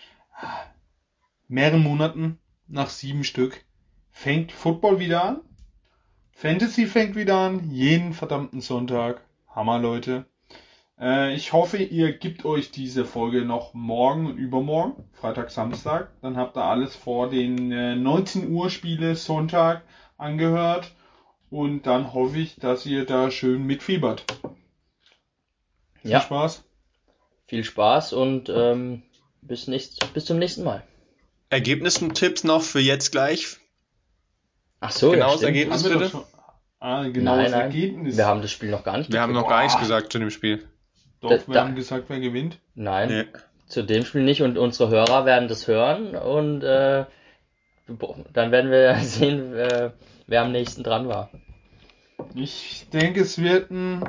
Speaker 3: mehreren Monaten, nach 7 Stück, fängt Football wieder an. Fantasy fängt wieder an, jeden verdammten Sonntag. Hammer, Leute. Ich hoffe, ihr gebt euch diese Folge noch morgen und übermorgen, Freitag, Samstag. Dann habt ihr alles vor den 19 Uhr Spiele Sonntag angehört. Und dann hoffe ich, dass ihr da schön mitfiebert. Viel Spaß.
Speaker 1: Viel Spaß und bis zum nächsten Mal.
Speaker 4: Ergebnistipps noch für jetzt gleich.
Speaker 1: Ach so,
Speaker 4: Genaues
Speaker 1: ja, stimmt.
Speaker 4: Ergebnis
Speaker 3: Haben wir
Speaker 4: bitte?
Speaker 3: doch schon. Genaues
Speaker 1: Nein,
Speaker 3: Ergebnis.
Speaker 1: wir haben das Spiel noch gar nicht
Speaker 4: Wir haben
Speaker 1: getippt.
Speaker 4: noch gar nichts gesagt zu dem Spiel.
Speaker 3: Doch, wir haben gesagt, wer gewinnt.
Speaker 1: Nein,
Speaker 4: Nee.
Speaker 1: zu dem Spiel nicht und unsere Hörer werden das hören und dann werden wir sehen, wer am nächsten dran war.
Speaker 3: Ich denke, es wird ein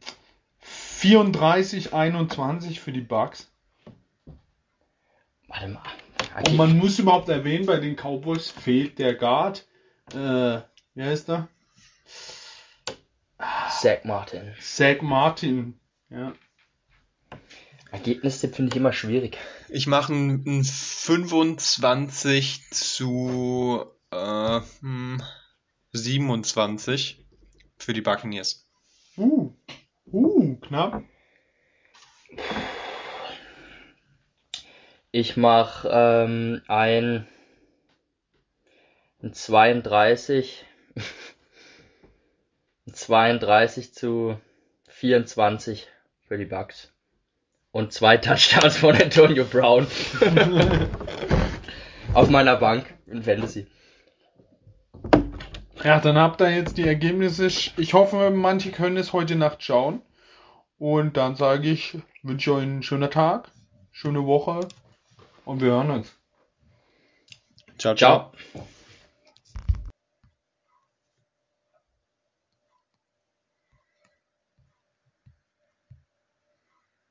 Speaker 3: 34-21 für die Bucks.
Speaker 1: Warte mal.
Speaker 3: Und man muss überhaupt erwähnen, bei den Cowboys fehlt der Guard. Wie heißt er?
Speaker 1: Zach Martin.
Speaker 3: Zach Martin. Ja.
Speaker 1: Ergebnistipp finde ich immer schwierig.
Speaker 4: Ich mache ein 25 zu 27 für die Buccaneers.
Speaker 3: Knapp.
Speaker 1: Ich mache ein 32 zu 24 für die Bucks. Und 2 Touchdowns von Antonio Brown. Auf meiner Bank in Fantasy.
Speaker 3: Ja, dann habt ihr jetzt die Ergebnisse. Ich hoffe, manche können es heute Nacht schauen. Und dann sage ich, wünsche euch einen schönen Tag, schöne Woche und wir hören uns.
Speaker 4: Ciao, ciao.
Speaker 1: Ciao.